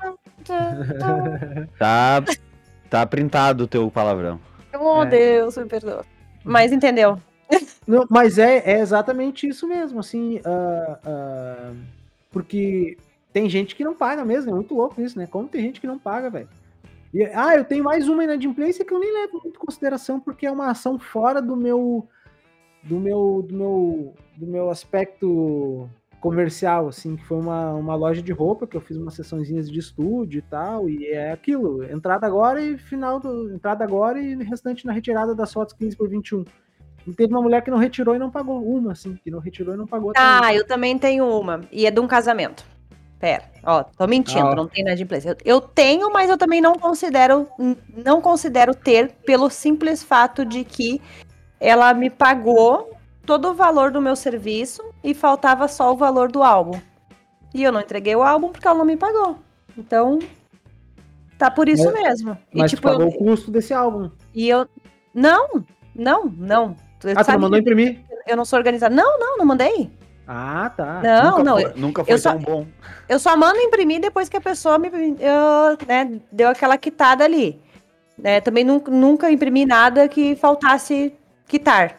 Tá, tá printado o teu palavrão. Oh, é. Deus, me perdoa. Mas entendeu? Não, mas é, é exatamente isso mesmo, assim, uh, uh, porque tem gente que não paga mesmo, é muito louco isso, né? Como tem gente que não paga, velho. Ah, eu tenho mais uma inadimplência que eu nem levo muito em consideração, porque é uma ação fora do meu, do meu, do meu, do meu aspecto comercial, assim, que foi uma, uma loja de roupa, que eu fiz umas sessõezinhas de estúdio e tal, e é aquilo, entrada agora e final do, entrada agora e restante na retirada das fotos quinze por vinte e um. E teve uma mulher que não retirou e não pagou, uma, assim, que não retirou e não pagou. Ah, também. Eu também tenho uma, e é de um casamento. Pera, ó, tô mentindo, ah. não tem inadimplência. Eu, eu tenho, mas eu também não considero, não considero ter, pelo simples fato de que ela me pagou todo o valor do meu serviço e faltava só o valor do álbum. E eu não entreguei o álbum porque ela não me pagou. Então, tá por isso Mas- mesmo. Mas e, tu pagou o custo desse álbum. E eu. Não, não, não. Tu Ah, tu sabe não mandou que imprimir? eu não sou organizada. Não, não, não mandei. Ah, tá. Não, nunca não. foi, eu- nunca foi eu só- tão bom. Eu só mando imprimir depois que a pessoa me eu, né, deu aquela quitada ali. Né, também nunca, nunca imprimi nada que faltasse quitar.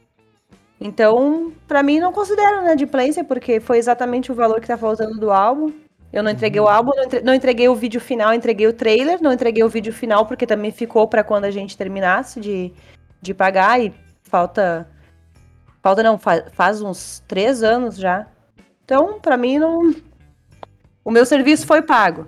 Então, pra mim, não considero inadimplência, porque foi exatamente o valor que tá faltando do álbum. Eu não entreguei o álbum, não, entre- não entreguei o vídeo final, entreguei o trailer, não entreguei o vídeo final, porque também ficou pra quando a gente terminasse de, de pagar, e falta. Falta não, faz, faz uns três anos já. Então, pra mim, não. O meu serviço foi pago.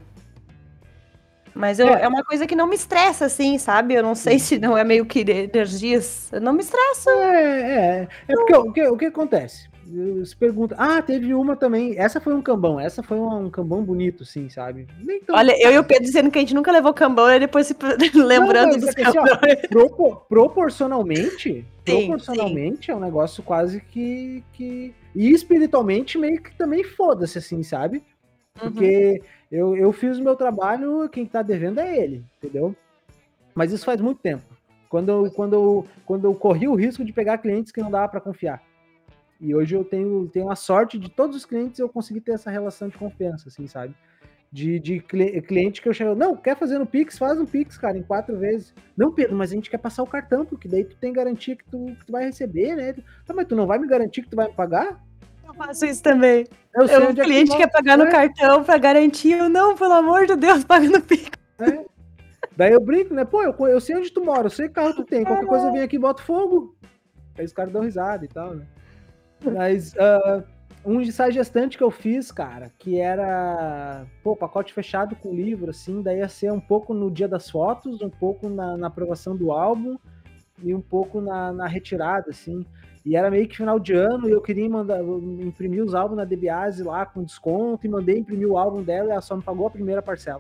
Mas eu- É. é uma coisa que não me estressa, assim, sabe? Eu não sei se não é meio que de energias. Não me estressa. É, é. É porque o que, o que acontece? Se pergunta, ah, teve uma também. Essa foi um cambão, essa foi um, um cambão bonito, sim, sabe? Nem tão- Olha, eu e o Pedro dizendo que a gente nunca levou cambão, e depois se lembrando mas dos é que assim, ó, cambões. Propor- proporcionalmente, Sim, proporcionalmente é um negócio quase que, que. E espiritualmente meio que também foda-se, assim, sabe? Uhum. Porque eu, eu fiz o meu trabalho, quem tá devendo é ele, entendeu? Mas isso faz muito tempo. Quando eu, quando eu, quando eu corri o risco de pegar clientes que não dava para confiar. E hoje eu tenho, tenho a sorte de todos os clientes eu conseguir ter essa relação de confiança, assim, sabe? De, de cli- cliente que eu chego, não, quer fazer no Pix? Faz no Pix, cara, em quatro vezes. Não, Pedro, mas a gente quer passar o cartão, porque daí tu tem garantia que tu, que tu vai receber, né? Tá, mas tu não vai me garantir que tu vai me pagar? Eu faço isso também. Eu sei Eu, o onde é que cliente tu quer mora. pagar no É. cartão pra garantir. Eu, não, pelo amor de Deus, paga no Pix. Daí eu brinco, né? Pô, eu, eu sei onde tu mora, eu sei que carro tu tem. Qualquer coisa eu venho aqui e boto fogo. Aí os caras dão risada e tal, né? Mas uh, um ensaio gestante que eu fiz, cara, que era, pô, pacote fechado com livro, assim, daí ia ser um pouco no dia das fotos, um pouco na, na aprovação do álbum e um pouco na, na retirada, assim. E era meio que final de ano e eu queria mandar, eu imprimir os álbuns na DeBiase lá com desconto e mandei imprimir o álbum dela e ela só me pagou a primeira parcela.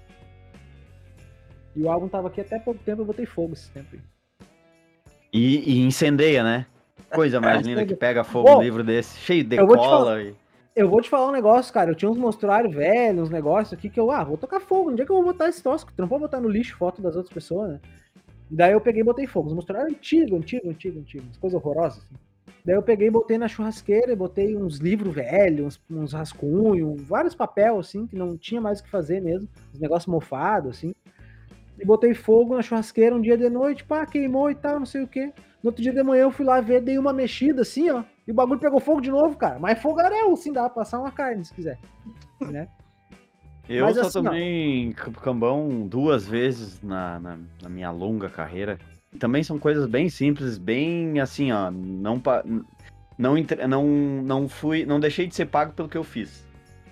E o álbum tava aqui até pouco tempo, eu botei fogo esse tempo aí. E, e incendeia, né? Coisa mais linda que Incendeia. pega fogo Ô, um livro desse, cheio de eu vou te cola. falar- E... Eu vou te falar um negócio, cara. Eu tinha uns monstruários velhos, uns negócios aqui que eu, ah, vou tocar fogo. Onde é que eu vou botar esse tosco? Tu não pode botar no lixo foto das outras pessoas, né? Daí eu peguei e botei fogo. Os monstruários antigos, antigos, antigos, antigos. Coisa horrorosa, assim. Daí eu peguei e botei na churrasqueira e botei uns livros velhos, uns, uns rascunhos, vários papéis, assim, que não tinha mais o que fazer mesmo. Uns negócios mofados, assim. E botei fogo na churrasqueira um dia de noite, pá, queimou e tal, não sei o quê. No outro dia de manhã eu fui lá ver, dei uma mexida assim, ó, e o bagulho pegou fogo de novo, cara. Mas fogaréu, assim, dá pra passar uma carne, se quiser. Né? Eu Mas só assim, ó. tomei cambão duas vezes na, na, na minha longa carreira. Também são coisas bem simples, bem assim, ó, não, pa- não, entre- não, não fui, não deixei de ser pago pelo que eu fiz.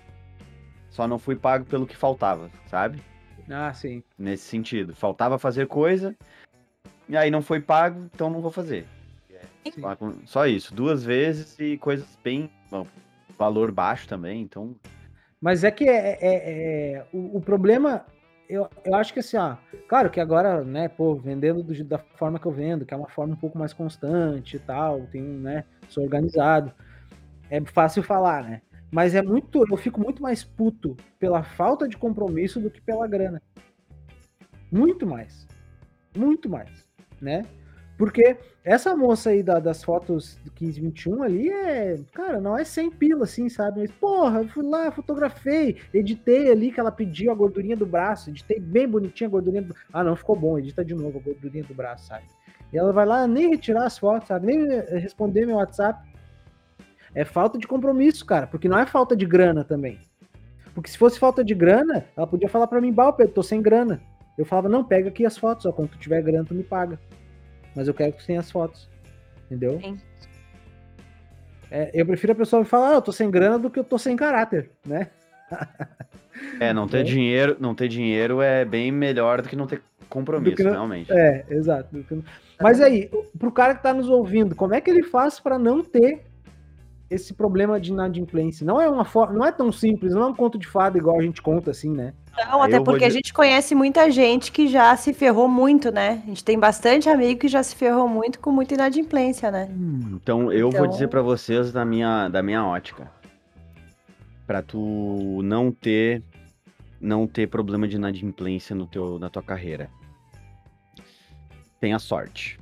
Só não fui pago pelo que faltava, sabe? Ah, sim. Nesse sentido. Faltava fazer coisa, e aí não foi pago, então não vou fazer. Sim. Só isso, duas vezes e coisas bem, bom, valor baixo também, então... Mas é que é, é- é- o, o problema, eu, eu acho que assim, ó, claro que agora, né, pô, vendendo do- da forma que eu vendo, que é uma forma um pouco mais constante e tal, tenho, né, sou organizado, é fácil falar, né? Mas é muito, eu fico muito mais puto pela falta de compromisso do que pela grana. Muito mais. Muito mais, né? Porque essa moça aí da- das fotos do quinze vinte e um ali é, cara, não é sem pila, assim, sabe? Mas, porra, eu fui lá, fotografei, editei ali que ela pediu a gordurinha do braço, editei bem bonitinha a gordurinha do... Ah, não, ficou bom, edita de novo a gordurinha do braço, sabe? E ela vai lá nem retirar as fotos, sabe? Nem responder meu WhatsApp. É falta de compromisso, cara, porque não é falta de grana também. Porque se fosse falta de grana, ela podia falar pra mim, bah, Pedro, tô sem grana. Eu falava, não, pega aqui as fotos, ó, quando tu tiver grana, tu me paga. Mas eu quero que tu tenha as fotos. Entendeu? Sim. É, eu prefiro a pessoa me falar, ah, eu tô sem grana do que eu tô sem caráter, né? É, não ter É. dinheiro, não ter dinheiro é bem melhor do que não ter compromisso, Do que não- realmente. É, exato. Mas aí, pro cara que tá nos ouvindo, como é que ele faz pra não ter esse problema de inadimplência? Não é uma forma, não é tão simples, não é um conto de fada igual a gente conta assim, né? Não, até porque a gente conhece muita gente que já se ferrou muito, né? A gente tem bastante amigo que já se ferrou muito com muita inadimplência, né? Então, eu Então... vou dizer pra vocês da minha, da minha ótica. Pra tu não ter, não ter problema de inadimplência no teu, na tua carreira. Tenha sorte.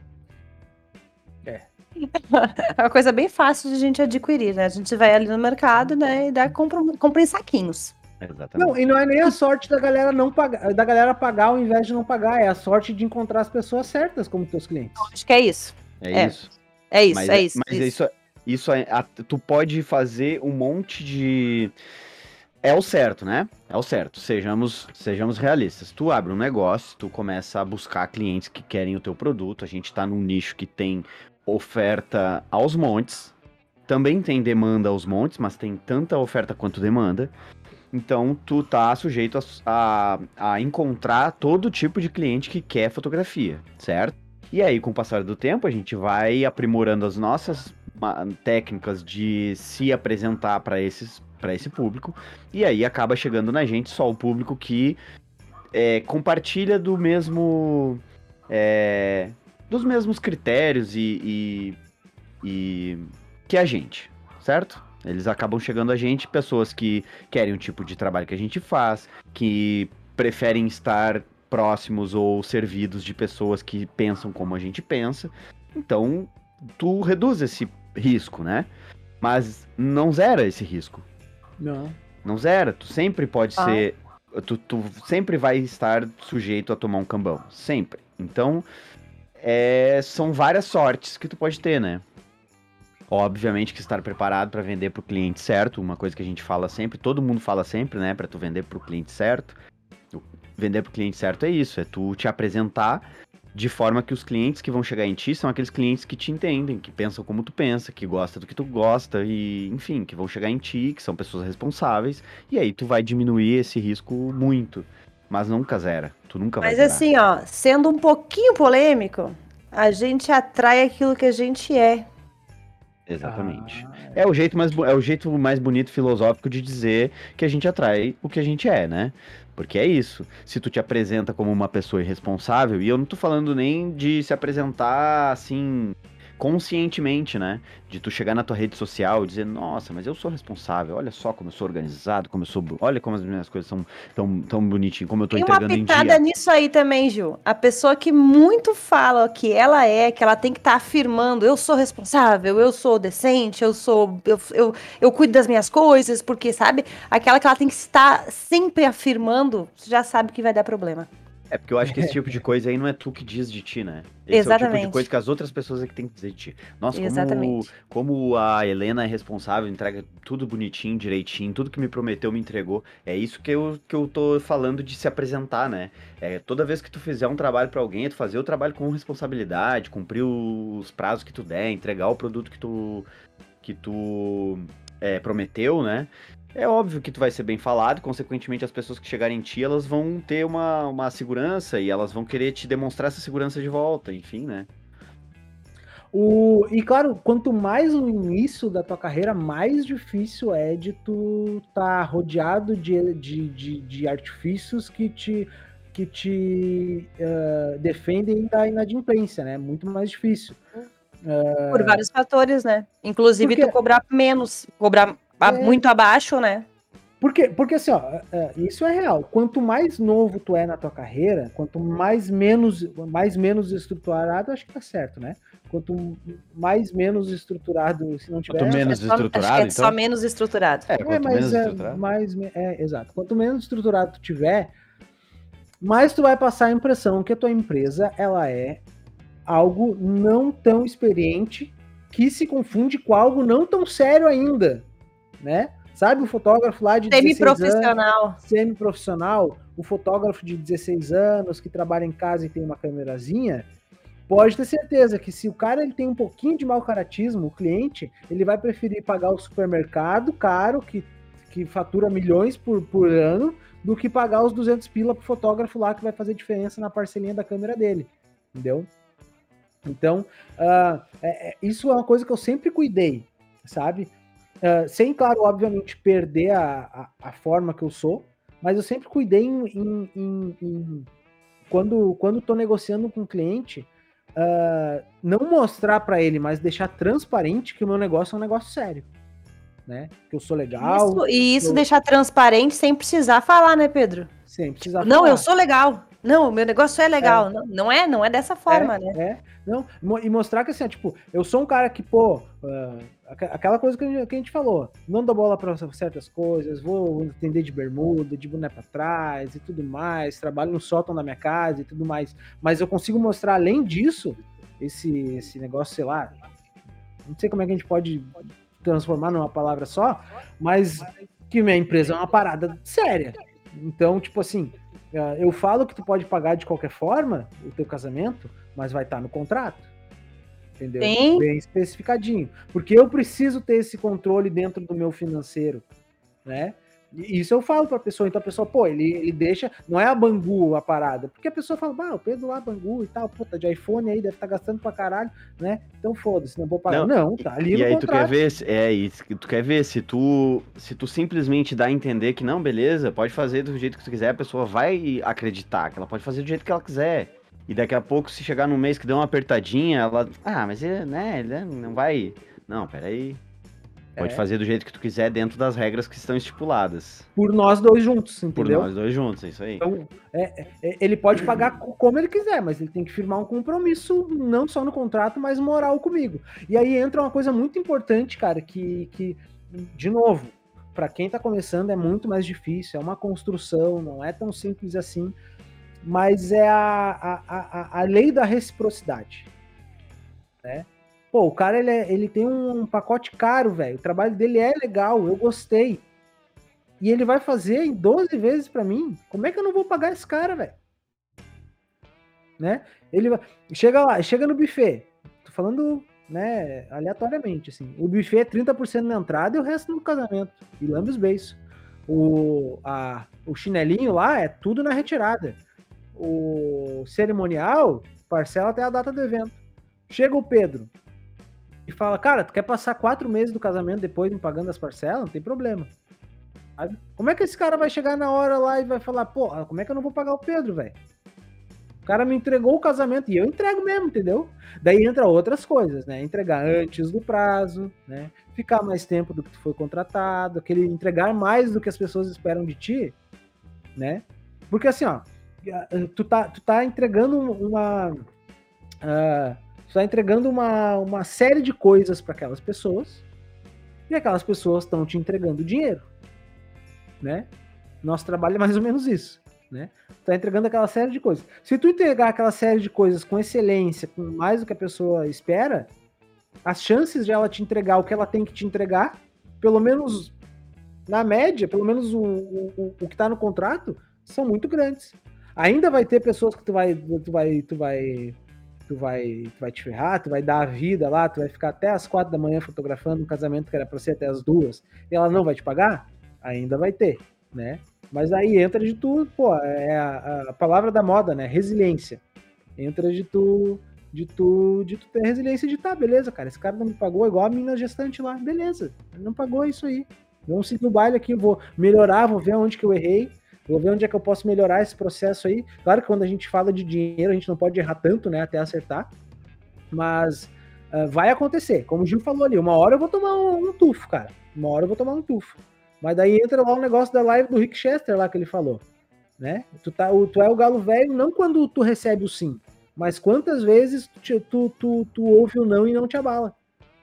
É. É uma coisa bem fácil de a gente adquirir, né? A gente vai ali no mercado, né, e dá, compra, compra em saquinhos. Exatamente. Não, e não é nem a sorte da galera não pagar, da galera pagar ao invés de não pagar, é a sorte de encontrar as pessoas certas como teus clientes. Acho que é isso. É, É. isso. É isso, Mas, é isso. Mas isso. isso, isso é, a- tu pode fazer um monte de. É o certo, né? É o certo. Sejamos, sejamos realistas. Tu abre um negócio, tu começa a buscar clientes que querem o teu produto. A gente tá num nicho que tem oferta aos montes. Também tem demanda aos montes, mas tem tanta oferta quanto demanda. Então, tu tá sujeito a, a, a encontrar todo tipo de cliente que quer fotografia, certo? E aí, com o passar do tempo, a gente vai aprimorando as nossas ma- técnicas de se apresentar para esses, para esse público. E aí acaba chegando na gente só o público que é, compartilha do mesmo, é, dos mesmos critérios e, e, e que a gente, certo? Eles acabam chegando a gente, pessoas que querem o tipo de trabalho que a gente faz, que preferem estar próximos ou servidos de pessoas que pensam como a gente pensa. Então, tu reduz esse risco, né? Mas não zera esse risco. Não. Não zera. Tu sempre pode Ah. ser. Tu, tu sempre vai estar sujeito a tomar um cambão. Sempre. Então, é, são várias sortes que tu pode ter, né? Obviamente que estar preparado para vender para o cliente certo, uma coisa que a gente fala sempre, todo mundo fala sempre, né, para tu vender para o cliente certo. Vender para o cliente certo é isso, é tu te apresentar de forma que os clientes que vão chegar em ti são aqueles clientes que te entendem, que pensam como tu pensa, que gostam do que tu gosta e, enfim, que vão chegar em ti, que são pessoas responsáveis, e aí tu vai diminuir esse risco muito, mas nunca zera, tu nunca vai Mas zerar. assim, ó, sendo um pouquinho polêmico, a gente atrai aquilo que a gente é. Exatamente. Ah, É o jeito mais, bo- é o jeito mais bonito filosófico de dizer que a gente atrai o que a gente é, né? Porque é isso. Se tu te apresenta como uma pessoa irresponsável, e eu não tô falando nem de se apresentar assim conscientemente, né? De tu chegar na tua rede social e dizer, nossa, mas eu sou responsável, olha só como eu sou organizado, como eu sou, bu- olha como as minhas coisas são tão, tão bonitinhas, como eu tô Tem uma entregando em pitada dia. nisso aí também, Gil. A pessoa que muito fala que ela é, que ela tem que estar afirmando, eu sou responsável, eu sou decente, eu sou, eu, eu, eu cuido das minhas coisas, porque, sabe? Aquela que ela tem que estar sempre afirmando, você já sabe que vai dar problema. É porque eu acho que esse tipo de coisa aí não é tu que diz de ti, né? Esse é o tipo Exatamente. de coisa que as outras pessoas é que tem que dizer de ti. Nossa, como, Exatamente. como a Helena é responsável, entrega tudo bonitinho, direitinho, tudo que me prometeu me entregou. É isso que eu, que eu tô falando de se apresentar, né? É, toda vez que tu fizer um trabalho pra alguém, é tu fazer o trabalho com responsabilidade, cumprir os prazos que tu der, entregar o produto que tu, que tu é, prometeu, né? É óbvio que tu vai ser bem falado, consequentemente as pessoas que chegarem em ti, elas vão ter uma, uma segurança e elas vão querer te demonstrar essa segurança de volta, enfim, né? O, e claro, quanto mais no início da tua carreira, mais difícil é de tu tá rodeado de, de, de, de artifícios que te, que te uh, defendem da inadimplência, né? Muito mais difícil. Por vários fatores, né? Inclusive Porque- tu cobrar menos, cobrar a- É. muito abaixo, né? Porque, porque assim, ó, é, isso é real. Quanto mais novo tu é na tua carreira, quanto mais menos, mais menos estruturado, acho que tá certo, né? Quanto mais menos estruturado, se não tiver. Quanto menos É só- acho que estruturado, é só então. menos estruturado. É, É, quanto mas menos é estruturado. mais. É, exato. Quanto menos estruturado tu tiver, mais tu vai passar a impressão que a tua empresa ela é algo não tão experiente que se confunde com algo não tão sério ainda, né? Sabe o fotógrafo lá de dezesseis anos, Semi-profissional. semi-profissional, o fotógrafo de dezesseis anos que trabalha em casa e tem uma câmerazinha, pode ter certeza que se o cara ele tem um pouquinho de mau caratismo, o cliente, ele vai preferir pagar o supermercado caro, que, que fatura milhões por, por ano, do que pagar os duzentos pila pro fotógrafo lá que vai fazer diferença na parcelinha da câmera dele, entendeu? Então, uh, é, é, isso é uma coisa que eu sempre cuidei, sabe? Uh, sem, claro, obviamente, perder a, a, a forma que eu sou, mas eu sempre cuidei em, em, em, em quando quando estou negociando com o cliente, uh, não mostrar para ele, mas deixar transparente que o meu negócio é um negócio sério, né? Que eu sou legal. Isso, e isso eu... deixar transparente sem precisar falar, né, Pedro? Sem precisar Não, falar. eu sou legal. Não, meu negócio é legal. É. Não, não é, não é dessa forma, é, né? É, não, e mostrar que assim, tipo, eu sou um cara que, pô, uh, aquela coisa que a, gente, que a gente falou, não dou bola pra certas coisas, vou atender de bermuda, de boné pra trás e tudo mais, trabalho no sótão da minha casa e tudo mais, mas eu consigo mostrar, além disso, esse, esse negócio, sei lá, não sei como é que a gente pode transformar numa palavra só, mas que minha empresa é uma parada séria. Então, tipo assim, eu falo que tu pode pagar de qualquer forma o teu casamento, mas vai estar no contrato, entendeu? Sim. Bem especificadinho, porque eu preciso ter esse controle dentro do meu financeiro, né? E isso eu falo pra pessoa, então a pessoa, pô, ele, ele deixa, não é a Bangu a parada, porque a pessoa fala, bah, o Pedro lá, Bangu e tal, puta, de iPhone aí, deve estar tá gastando pra caralho, né? Então foda-se, não vou pagar. Não, não tá ali e no aí contrato. Tu quer ver, é isso, tu quer ver se tu, se tu simplesmente dá a entender que não, beleza, pode fazer do jeito que tu quiser, a pessoa vai acreditar que ela pode fazer do jeito que ela quiser. E daqui a pouco, se chegar num mês que deu uma apertadinha, ela, ah, mas ele, né, ele não vai, não, peraí. Pode é. fazer do jeito que tu quiser dentro das regras que estão estipuladas. Por nós dois juntos, entendeu? Por nós dois juntos, é isso aí. Então, é, é, ele pode pagar como ele quiser, mas ele tem que firmar um compromisso, não só no contrato, mas moral comigo. E aí entra uma coisa muito importante, cara, que, que de novo, para quem tá começando é muito mais difícil, é uma construção, não é tão simples assim, mas é a, a, a, a lei da reciprocidade, né? Pô, o cara, ele, é, ele tem um pacote caro, velho. O trabalho dele é legal, eu gostei. E ele vai fazer em doze vezes pra mim. Como é que eu não vou pagar esse cara, velho? Né? Ele vai... Chega lá, chega no buffet. Tô falando, né, aleatoriamente, assim. O buffet é trinta por cento na entrada e o resto no casamento. E lambe os beiços. O, a, o chinelinho lá é tudo na retirada. O cerimonial parcela até a data do evento. Chega o Pedro e fala, cara, tu quer passar quatro meses do casamento depois me pagando as parcelas? Não tem problema. Sabe? Como é que esse cara vai chegar na hora lá e vai falar, pô, como é que eu não vou pagar o Pedro, velho? O cara me entregou o casamento e eu entrego mesmo, entendeu? Daí entra outras coisas, né? Entregar antes do prazo, né? Ficar mais tempo do que tu foi contratado, aquele entregar mais do que as pessoas esperam de ti, né? Porque assim, ó, tu tá, tu tá entregando uma... Uh, tu tá entregando uma, uma série de coisas para aquelas pessoas e aquelas pessoas estão te entregando dinheiro, né? Nosso trabalho é mais ou menos isso, né? Tu tá entregando aquela série de coisas. Se tu entregar aquela série de coisas com excelência, com mais do que a pessoa espera, as chances de ela te entregar o que ela tem que te entregar, pelo menos na média, pelo menos o, o, o que tá no contrato, são muito grandes. Ainda vai ter pessoas que tu vai, tu vai, tu vai Tu vai, tu vai te ferrar, tu vai dar a vida lá, tu vai ficar até as quatro da manhã fotografando um casamento que era para ser até as duas, e ela não vai te pagar? Ainda vai ter, né? Mas aí entra de tu, pô, é a, a palavra da moda, né? Resiliência. Entra de tu, de tu, de tu ter resiliência de tá, beleza, cara, esse cara não me pagou, igual a mina gestante lá, beleza, ele não pagou isso aí. Vamos seguir o baile aqui, vou melhorar, vou ver onde que eu errei, vou ver onde é que eu posso melhorar esse processo aí. Claro que quando a gente fala de dinheiro, a gente não pode errar tanto, né, até acertar. Mas uh, vai acontecer. Como o Gil falou ali, uma hora eu vou tomar um, um tufo, cara. Uma hora eu vou tomar um tufo. Mas daí entra lá o negócio da live do Rick Chester lá que ele falou, né? Tu, tá, o, tu é o galo velho não quando tu recebe o sim, mas quantas vezes tu, tu, tu, tu ouve o não e não te abala.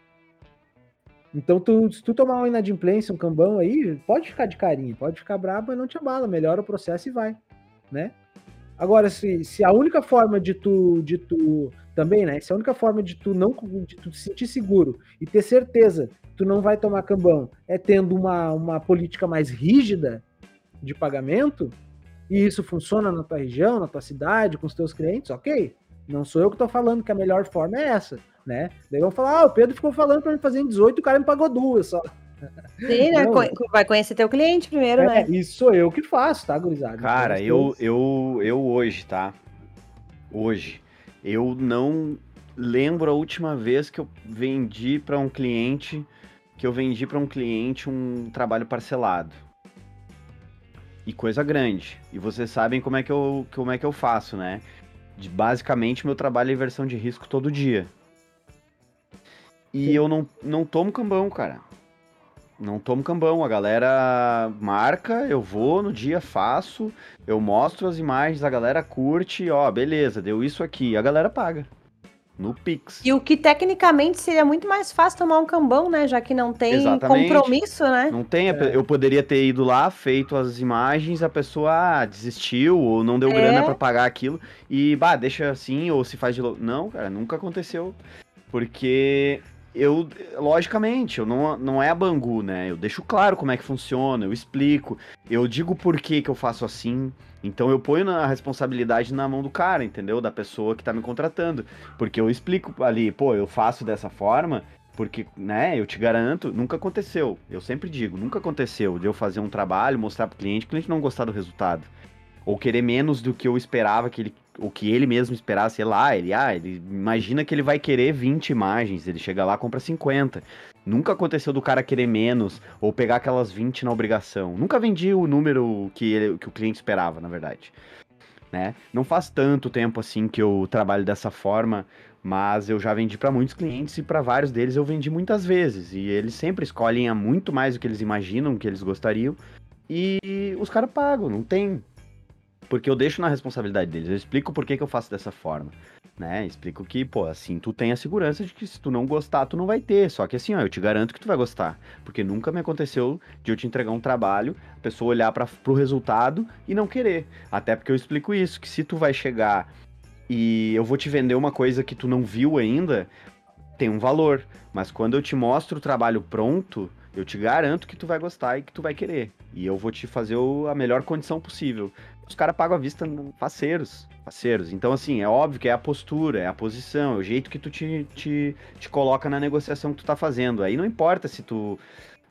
Então, tu, se tu tomar uma inadimplência, um cambão aí, pode ficar de carinho, pode ficar brabo, mas não te abala, melhora o processo e vai, né? Agora, se, se a única forma de tu, de tu, também, né, se a única forma de tu não, de tu te sentir seguro e ter certeza que tu não vai tomar cambão é tendo uma, uma política mais rígida de pagamento, e isso funciona na tua região, na tua cidade, com os teus clientes, ok, não sou eu que tô falando que a melhor forma é essa, né? Daí vão falar, ah, o Pedro ficou falando para me fazer em dezoito e o cara me pagou duas só. Sim, né? Vai conhecer teu cliente primeiro, é, né? Isso sou eu que faço, tá, gurizada? Cara, eu, eu, eu hoje, tá? Hoje, eu não lembro a última vez que eu vendi para um cliente, que eu vendi para um cliente um trabalho parcelado. e coisa grande. E vocês sabem como é que eu, como é que eu faço, né? De, basicamente, meu trabalho é inversão de risco todo dia. E Sim. eu não, não tomo cambão, cara. Não tomo cambão. A galera marca, eu vou no dia, faço, eu mostro as imagens, a galera curte, ó, beleza, deu isso aqui. A galera paga. No Pix. E o que tecnicamente seria muito mais fácil tomar um cambão, né? Já que não tem Exatamente. compromisso, né? Não tem, É. eu poderia ter ido lá, feito as imagens, a pessoa ah, desistiu ou não deu É. grana pra pagar aquilo e, bah, deixa assim ou se faz de novo. Não, cara, nunca aconteceu. Porque eu, logicamente, eu não, não é a Bangu, né? Eu deixo claro como é que funciona, eu explico, eu digo por que que eu faço assim. Então eu ponho a responsabilidade na mão do cara, entendeu? Da pessoa que tá me contratando. Porque eu explico ali, pô, eu faço dessa forma, porque, né, eu te garanto, nunca aconteceu. Eu sempre digo, nunca aconteceu de eu fazer um trabalho, mostrar pro cliente, o cliente não gostar do resultado. Ou querer menos do que eu esperava que ele, ou que ele mesmo esperava, sei lá, ele, ah, ele imagina que ele vai querer vinte imagens, ele chega lá, compra cinquenta. Nunca aconteceu do cara querer menos, ou pegar aquelas vinte na obrigação. Nunca vendi o número que, ele, que o cliente esperava, na verdade. Né? Não faz tanto tempo assim que eu trabalho dessa forma, mas eu já vendi para muitos clientes e para vários deles eu vendi muitas vezes. E eles sempre escolhem a muito mais do que eles imaginam, que eles gostariam. E os caras pagam, não tem. Porque eu deixo na responsabilidade deles. Eu explico por que, que eu faço dessa forma. Né? Explico que, pô, assim, tu tem a segurança de que se tu não gostar, tu não vai ter. Só que assim, ó, eu te garanto que tu vai gostar. Porque nunca me aconteceu de eu te entregar um trabalho, a pessoa olhar pra, pro resultado e não querer. Até porque eu explico isso, que se tu vai chegar e eu vou te vender uma coisa que tu não viu ainda, tem um valor. Mas quando eu te mostro o trabalho pronto, eu te garanto que tu vai gostar e que tu vai querer. E eu vou te fazer o, a melhor condição possível. Os caras pagam à vista parceiros, parceiros. Então, assim, é óbvio que é a postura, é a posição, é o jeito que tu te, te, te coloca na negociação que tu tá fazendo. Aí não importa se tu...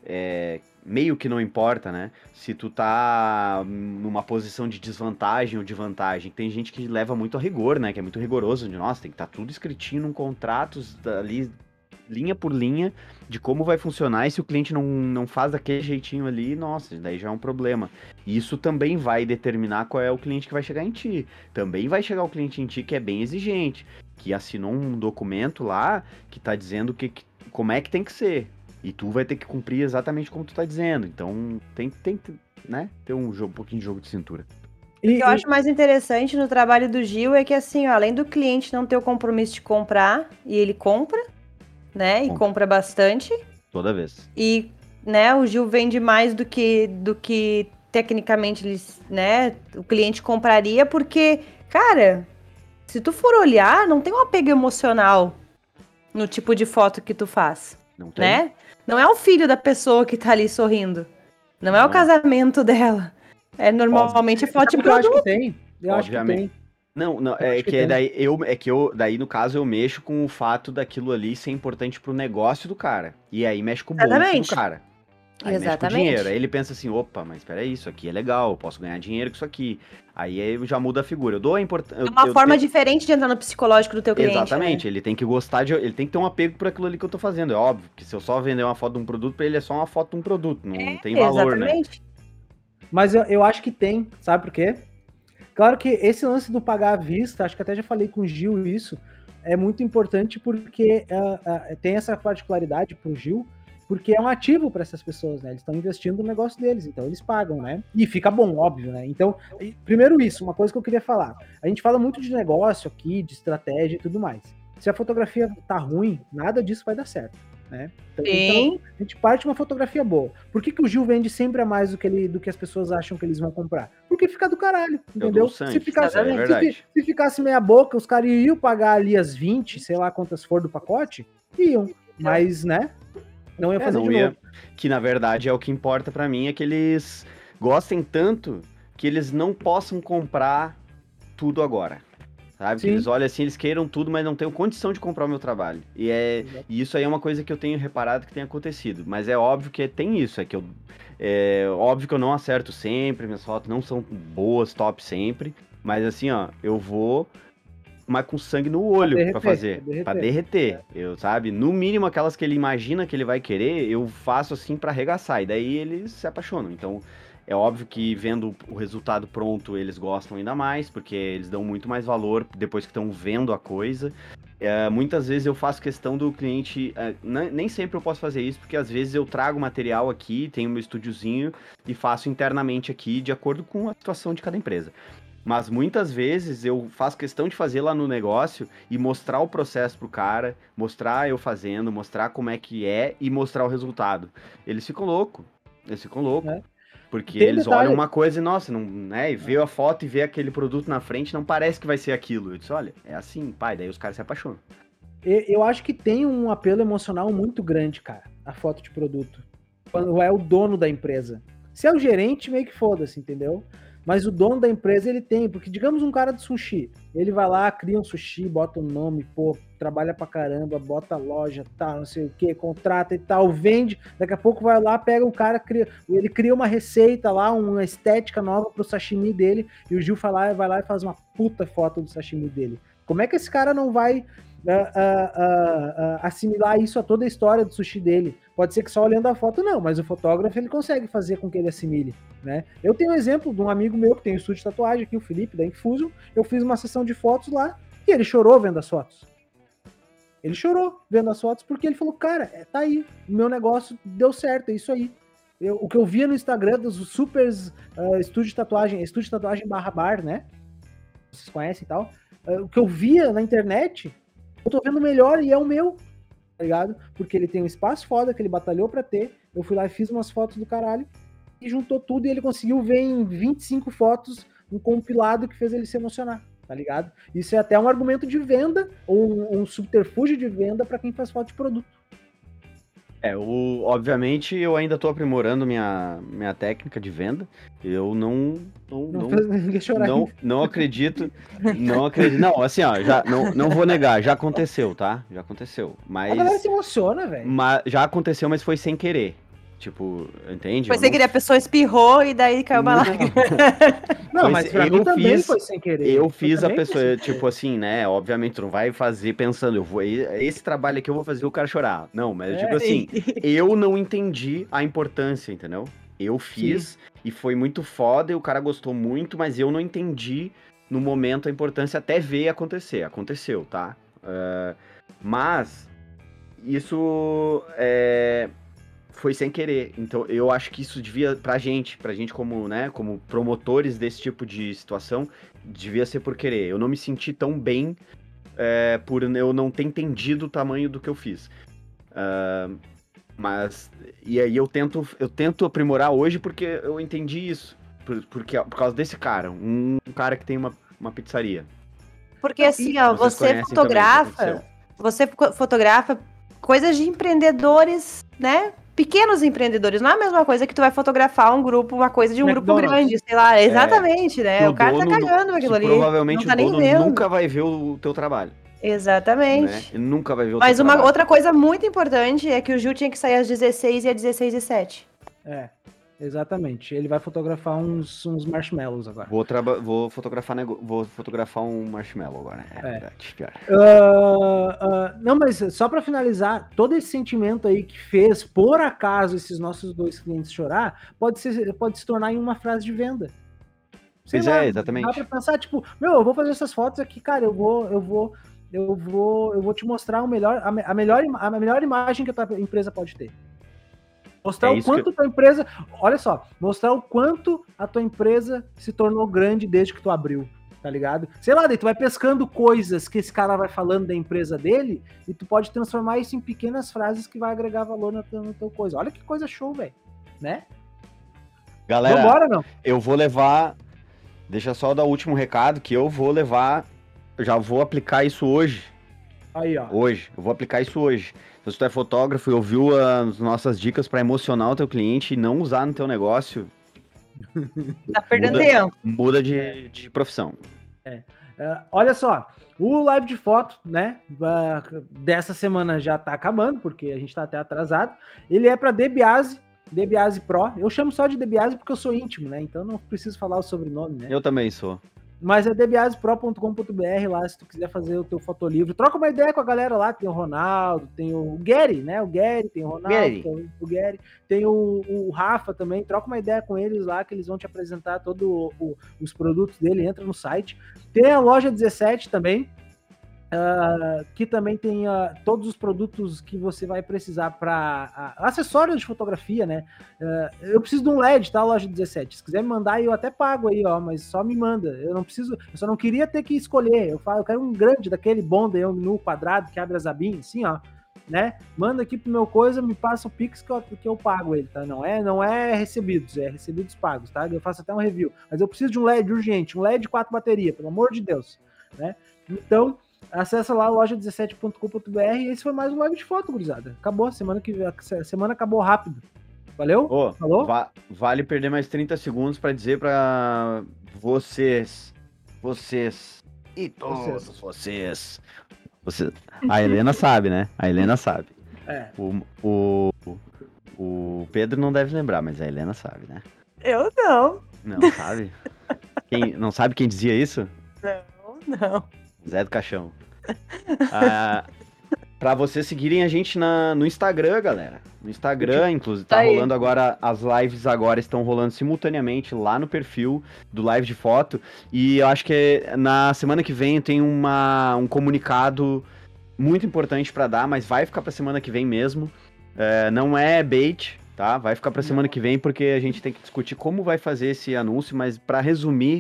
É, meio que não importa, né? Se tu tá numa posição de desvantagem ou de vantagem. Tem gente que leva muito a rigor, né? Que é muito rigoroso. De, nossa, tem que estar tá tudo escritinho num contrato ali, linha por linha, de como vai funcionar. E se o cliente não, não faz daquele jeitinho ali, nossa, daí já é um problema. E isso também vai determinar qual é o cliente que vai chegar em ti. Também vai chegar o cliente em ti que é bem exigente, que assinou um documento lá que tá dizendo que, como é que tem que ser. E tu vai ter que cumprir exatamente como tu tá dizendo. Então, tem, tem que, né, ter um, jogo, um pouquinho de jogo de cintura. O que eu acho mais interessante no trabalho do Gil é que, assim, ó, além do cliente não ter o compromisso de comprar, e ele compra, né, e compra, compra bastante. Toda vez. E, né, o Gil vende mais do que, do que tecnicamente, eles, né, o cliente compraria, porque, cara, se tu for olhar, não tem um apego emocional no tipo de foto que tu faz. Não tem. Né? Não é o filho da pessoa que tá ali sorrindo. Não, não é o casamento dela. É normalmente Óbvio. foto de produto. Eu acho que tem. Eu Obviamente. acho que tem. Não, não, é que, que é daí eu é que eu daí no caso eu mexo com o fato daquilo ali ser importante pro negócio do cara. E aí mexe com o bolso Exatamente. do cara. Aí Exatamente. mexe com o dinheiro. Aí ele pensa assim, opa, mas peraí, isso aqui é legal, eu posso ganhar dinheiro com isso aqui. Aí já muda a figura. Eu dou a importância. É uma eu, forma eu, diferente de entrar no psicológico do teu cliente. Exatamente, né? Ele tem que gostar de. Ele tem que ter um apego por aquilo ali que eu tô fazendo. É óbvio que se eu só vender uma foto de um produto, pra ele é só uma foto de um produto. Não É, tem valor, exatamente. né? Mas eu, eu acho que tem, sabe por quê? Claro que esse lance do pagar à vista, acho que até já falei com o Gil isso, é muito importante porque uh, uh, tem essa particularidade pro Gil, porque é um ativo para essas pessoas, né? Eles estão investindo no negócio deles, então eles pagam, né? E fica bom, óbvio, né? Então, primeiro isso, uma coisa que eu queria falar. A gente fala muito de negócio aqui, de estratégia e tudo mais. Se a fotografia tá ruim, nada disso vai dar certo, né? Então, então a gente parte de uma fotografia boa. Por que, que o Gil vende sempre a mais do que, ele, do que as pessoas acham que eles vão comprar? Porque fica do caralho, entendeu? Sangue, se, ficasse, é verdade. se, se ficasse meia boca, os caras iam pagar ali as vinte, sei lá quantas for do pacote, iam. Mas, né? Não ia fazer é, não de ia. novo. Que na verdade é o que importa pra mim, é que eles gostem tanto que eles não possam comprar tudo agora. Sabe? Que eles olham assim, eles queiram tudo, mas não tenham condição de comprar o meu trabalho. E, é, e isso aí é uma coisa que eu tenho reparado que tem acontecido. Mas é óbvio que tem isso, é que eu. É óbvio que eu não acerto sempre, minhas fotos não são boas, top sempre. Mas assim, ó, eu vou. Mas com sangue no olho pra, pra fazer, pra derreter, pra derreter. É. Eu, sabe, no mínimo aquelas que ele imagina que ele vai querer, eu faço assim pra arregaçar, e daí eles se apaixonam. Então, É óbvio que vendo o resultado pronto eles gostam ainda mais, porque eles dão muito mais valor depois que estão vendo a coisa. É, muitas vezes eu faço questão do cliente, é, nem, nem sempre eu posso fazer isso, porque às vezes eu trago material aqui, tenho meu estúdiozinho e faço internamente aqui de acordo com a situação de cada empresa. Mas muitas vezes eu faço questão de fazer lá no negócio e mostrar o processo pro cara, mostrar eu fazendo, mostrar como é que é e mostrar o resultado. Eles ficam loucos, eles ficam loucos. É. Porque Tem eles detalhe. olham uma coisa e, nossa, não, né, e vê a foto e vê aquele produto na frente, não parece que vai ser aquilo. Eu disse, olha, é assim, pai, daí os caras se apaixonam. E- Eu acho que tem um apelo emocional muito grande, cara, a foto de produto. Quando é o dono da empresa. Se é o gerente, meio que foda-se, entendeu? Mas o dono da empresa, ele tem, porque digamos um cara de sushi, ele vai lá, cria um sushi, bota um nome, pô, trabalha pra caramba, bota a loja, tal, não sei o que, contrata e tal, vende, daqui a pouco vai lá, pega o cara, cria, ele cria uma receita lá, uma estética nova pro sashimi dele, e o Gil vai lá, vai lá e faz uma puta foto do sashimi dele. Como é que esse cara não vai uh, uh, uh, uh, assimilar isso a toda a história do sushi dele? Pode ser que só olhando a foto não, mas o fotógrafo ele consegue fazer com que ele assimile, né? Eu tenho um exemplo de um amigo meu que tem um estúdio de tatuagem aqui, o Felipe, da Infusion. Eu fiz uma sessão de fotos lá e ele chorou vendo as fotos. Ele chorou vendo as fotos porque ele falou, cara, é, tá aí, o meu negócio deu certo, é isso aí. Eu, o que eu via no Instagram dos super uh, estúdio de tatuagem, estúdio de tatuagem barra bar, né? Vocês conhecem e tal. Uh, o que eu via na internet, eu tô vendo melhor e é o meu. Tá ligado? Porque ele tem um espaço foda que ele batalhou pra ter. Eu fui lá e fiz umas fotos do caralho e juntou tudo e ele conseguiu ver em vinte e cinco fotos um compilado que fez ele se emocionar, tá ligado? Isso é até um argumento de venda ou um, um subterfúgio de venda pra quem faz foto de produto. É, o, obviamente eu ainda tô aprimorando minha, minha técnica de venda. Eu não não, Não não, fez ninguém chorar. não, não acredito, não acredito. Não, assim, ó, já não, não vou negar, já aconteceu, tá? Já aconteceu, A galera mas, se emociona, velho. mas já aconteceu, mas foi sem querer. Tipo, entende? Foi Eu sem não- querer, a pessoa espirrou e daí caiu uma Não. lágrima. Não, Foi mas se- pra eu mim também fiz- foi sem querer. Eu Foi fiz a também foi pessoa, sem tipo querer. assim, né? Obviamente, tu não vai fazer pensando, eu vou. Esse trabalho aqui eu vou fazer o cara chorar. Não, mas É, tipo assim, eu não entendi a importância, entendeu? Eu fiz e foi muito foda e o cara gostou muito, mas eu não entendi no momento a importância até ver acontecer. Aconteceu, tá? Ah, mas isso é, foi sem querer. Então eu acho que isso devia, pra gente, pra gente como, né, como promotores desse tipo de situação, devia ser por querer. Eu não me senti tão bem é, por eu não ter entendido o tamanho do que eu fiz. Ah, mas, e aí eu tento, eu tento aprimorar hoje porque eu entendi isso. Por, porque, por causa desse cara, um, um cara que tem uma, uma pizzaria. Porque assim, ó, Vocês você conhecem também o que fotografa, aconteceu. você fo- fotografa coisas de empreendedores, né? Pequenos empreendedores. Não é a mesma coisa que tu vai fotografar um grupo, uma coisa de um grupo McDonald's. grande, sei lá. Exatamente, né? Que O cara tá dono nu- cagando aquilo que ali. provavelmente Não tá o nem dono vendo. nunca vai ver o teu trabalho. Né? Exatamente. Ele nunca vai ver o Mas teu uma trabalho. outra coisa muito importante é que o Gil tinha que sair às dezesseis e às dezesseis e sete. É, exatamente. Ele vai fotografar uns, uns marshmallows agora. Vou, traba- vou, fotografar nego- vou fotografar um marshmallow agora. É, É. verdade, pior. Ah, ah, não, mas só para finalizar, todo esse sentimento aí que fez, por acaso, esses nossos dois clientes chorar, pode, ser, pode se tornar em uma frase de venda. Sei Pois lá, é, exatamente. Dá pra pensar, tipo, meu, eu vou fazer essas fotos aqui, cara, eu vou, eu vou, eu vou, eu vou te mostrar o melhor, a, me- a melhor, ima- a melhor imagem que a tua empresa pode ter. Mostrar É o isso quanto a tua empresa, olha só, mostrar o quanto a tua empresa se tornou grande desde que tu abriu, tá ligado? Sei lá, daí tu vai pescando coisas que esse cara vai falando da empresa dele e tu pode transformar isso em pequenas frases que vai agregar valor na tua, na tua coisa. Olha que coisa show, velho, né? Galera, Vambora, não? eu vou levar. Deixa só eu dar o último recado que eu vou levar. Eu já vou aplicar isso hoje. Aí, ó. Hoje. Eu vou aplicar isso hoje. Se tu é fotógrafo e ouviu as nossas dicas para emocionar o teu cliente e não usar no teu negócio, Tá perdendo Muda. tempo. muda de, de profissão. Uh, olha só, o live de foto, né, uh, dessa semana já tá acabando, porque a gente tá até atrasado. Ele é para DeBiase, DeBiase Pro. Eu chamo só de DeBiase porque eu sou íntimo, né, então não preciso falar o sobrenome, né. Eu também sou. Mas é debiasepro ponto com ponto br lá, se tu quiser fazer o teu fotolivro. Troca uma ideia com a galera lá, tem o Ronaldo, tem o Gary, né? O Gary, tem o Ronaldo, Gary. tem o, o Gary, tem o, o Rafa também. Troca uma ideia com eles lá, que eles vão te apresentar todos os produtos dele, entra no site. Tem a loja dezessete também, Uh, que também tem uh, todos os produtos que você vai precisar para uh, acessórios de fotografia, né? Uh, eu preciso de um L E D, tá, loja dezessete? Se quiser me mandar, eu até pago aí, ó, mas só me manda. Eu não preciso, eu só não queria ter que escolher. Eu falo, eu quero um grande daquele bom daí no quadrado que abre as abinhas, assim, ó, né? Manda aqui pro meu coisa, me passa o Pix que eu, que eu pago ele, tá? Não é, não é recebidos, é recebidos pagos, tá? Eu faço até um review. Mas eu preciso de um L E D urgente, um L E D de quatro baterias, pelo amor de Deus, né? Então, acessa lá loja dezessete ponto com ponto br e esse foi mais um live de foto, gurizada. Acabou, semana que a semana acabou rápido. Valeu? Oh, Falou? Va vale perder mais trinta segundos para dizer para vocês, vocês e todos vocês. vocês. vocês. A Helena sabe, né? A Helena sabe. É. O, o, o Pedro não deve lembrar, mas a Helena sabe, né? Eu não. Não sabe? Quem, não sabe quem dizia isso? Não, não. Zé do Caixão. Ah, pra vocês seguirem a gente na, no Instagram, galera. No Instagram, inclusive, tá Aí. rolando agora, as lives agora estão rolando simultaneamente lá no perfil do Live de Foto. E eu acho que na semana que vem tem uma, um comunicado muito importante pra dar, mas vai ficar pra semana que vem mesmo. É, não é bait, tá? Vai ficar pra semana que vem porque a gente tem que discutir como vai fazer esse anúncio, mas pra resumir,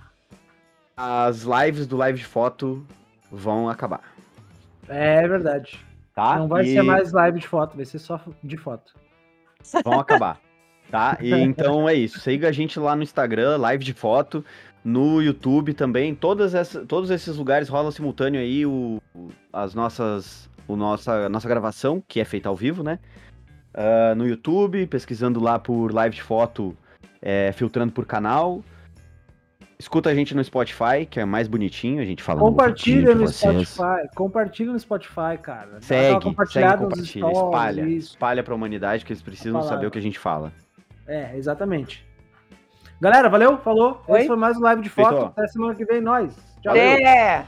as lives do Live de Foto vão acabar. É verdade. Tá? Não vai e... ser mais live de foto, vai ser só de foto. Vão acabar. Tá? E então é isso. Siga a gente lá no Instagram, Live de Foto, no YouTube também. Todas essa, todos esses lugares rolam simultâneo aí o, as nossas, o nossa, a nossa gravação, que é feita ao vivo, né? Uh, no YouTube, pesquisando lá por Live de Foto, é, filtrando por canal. Escuta a gente no Spotify, que é mais bonitinho, a gente fala Compartilha no Spotify, compartilha no Spotify, cara. Segue, compartilhar segue, compartilha, espalha, isso. espalha pra humanidade, que eles precisam saber o que a gente fala. É, exatamente. Galera, valeu, falou. Oi? Esse foi mais um live de foto. Feito. Até semana que vem, nós. Tchau. É.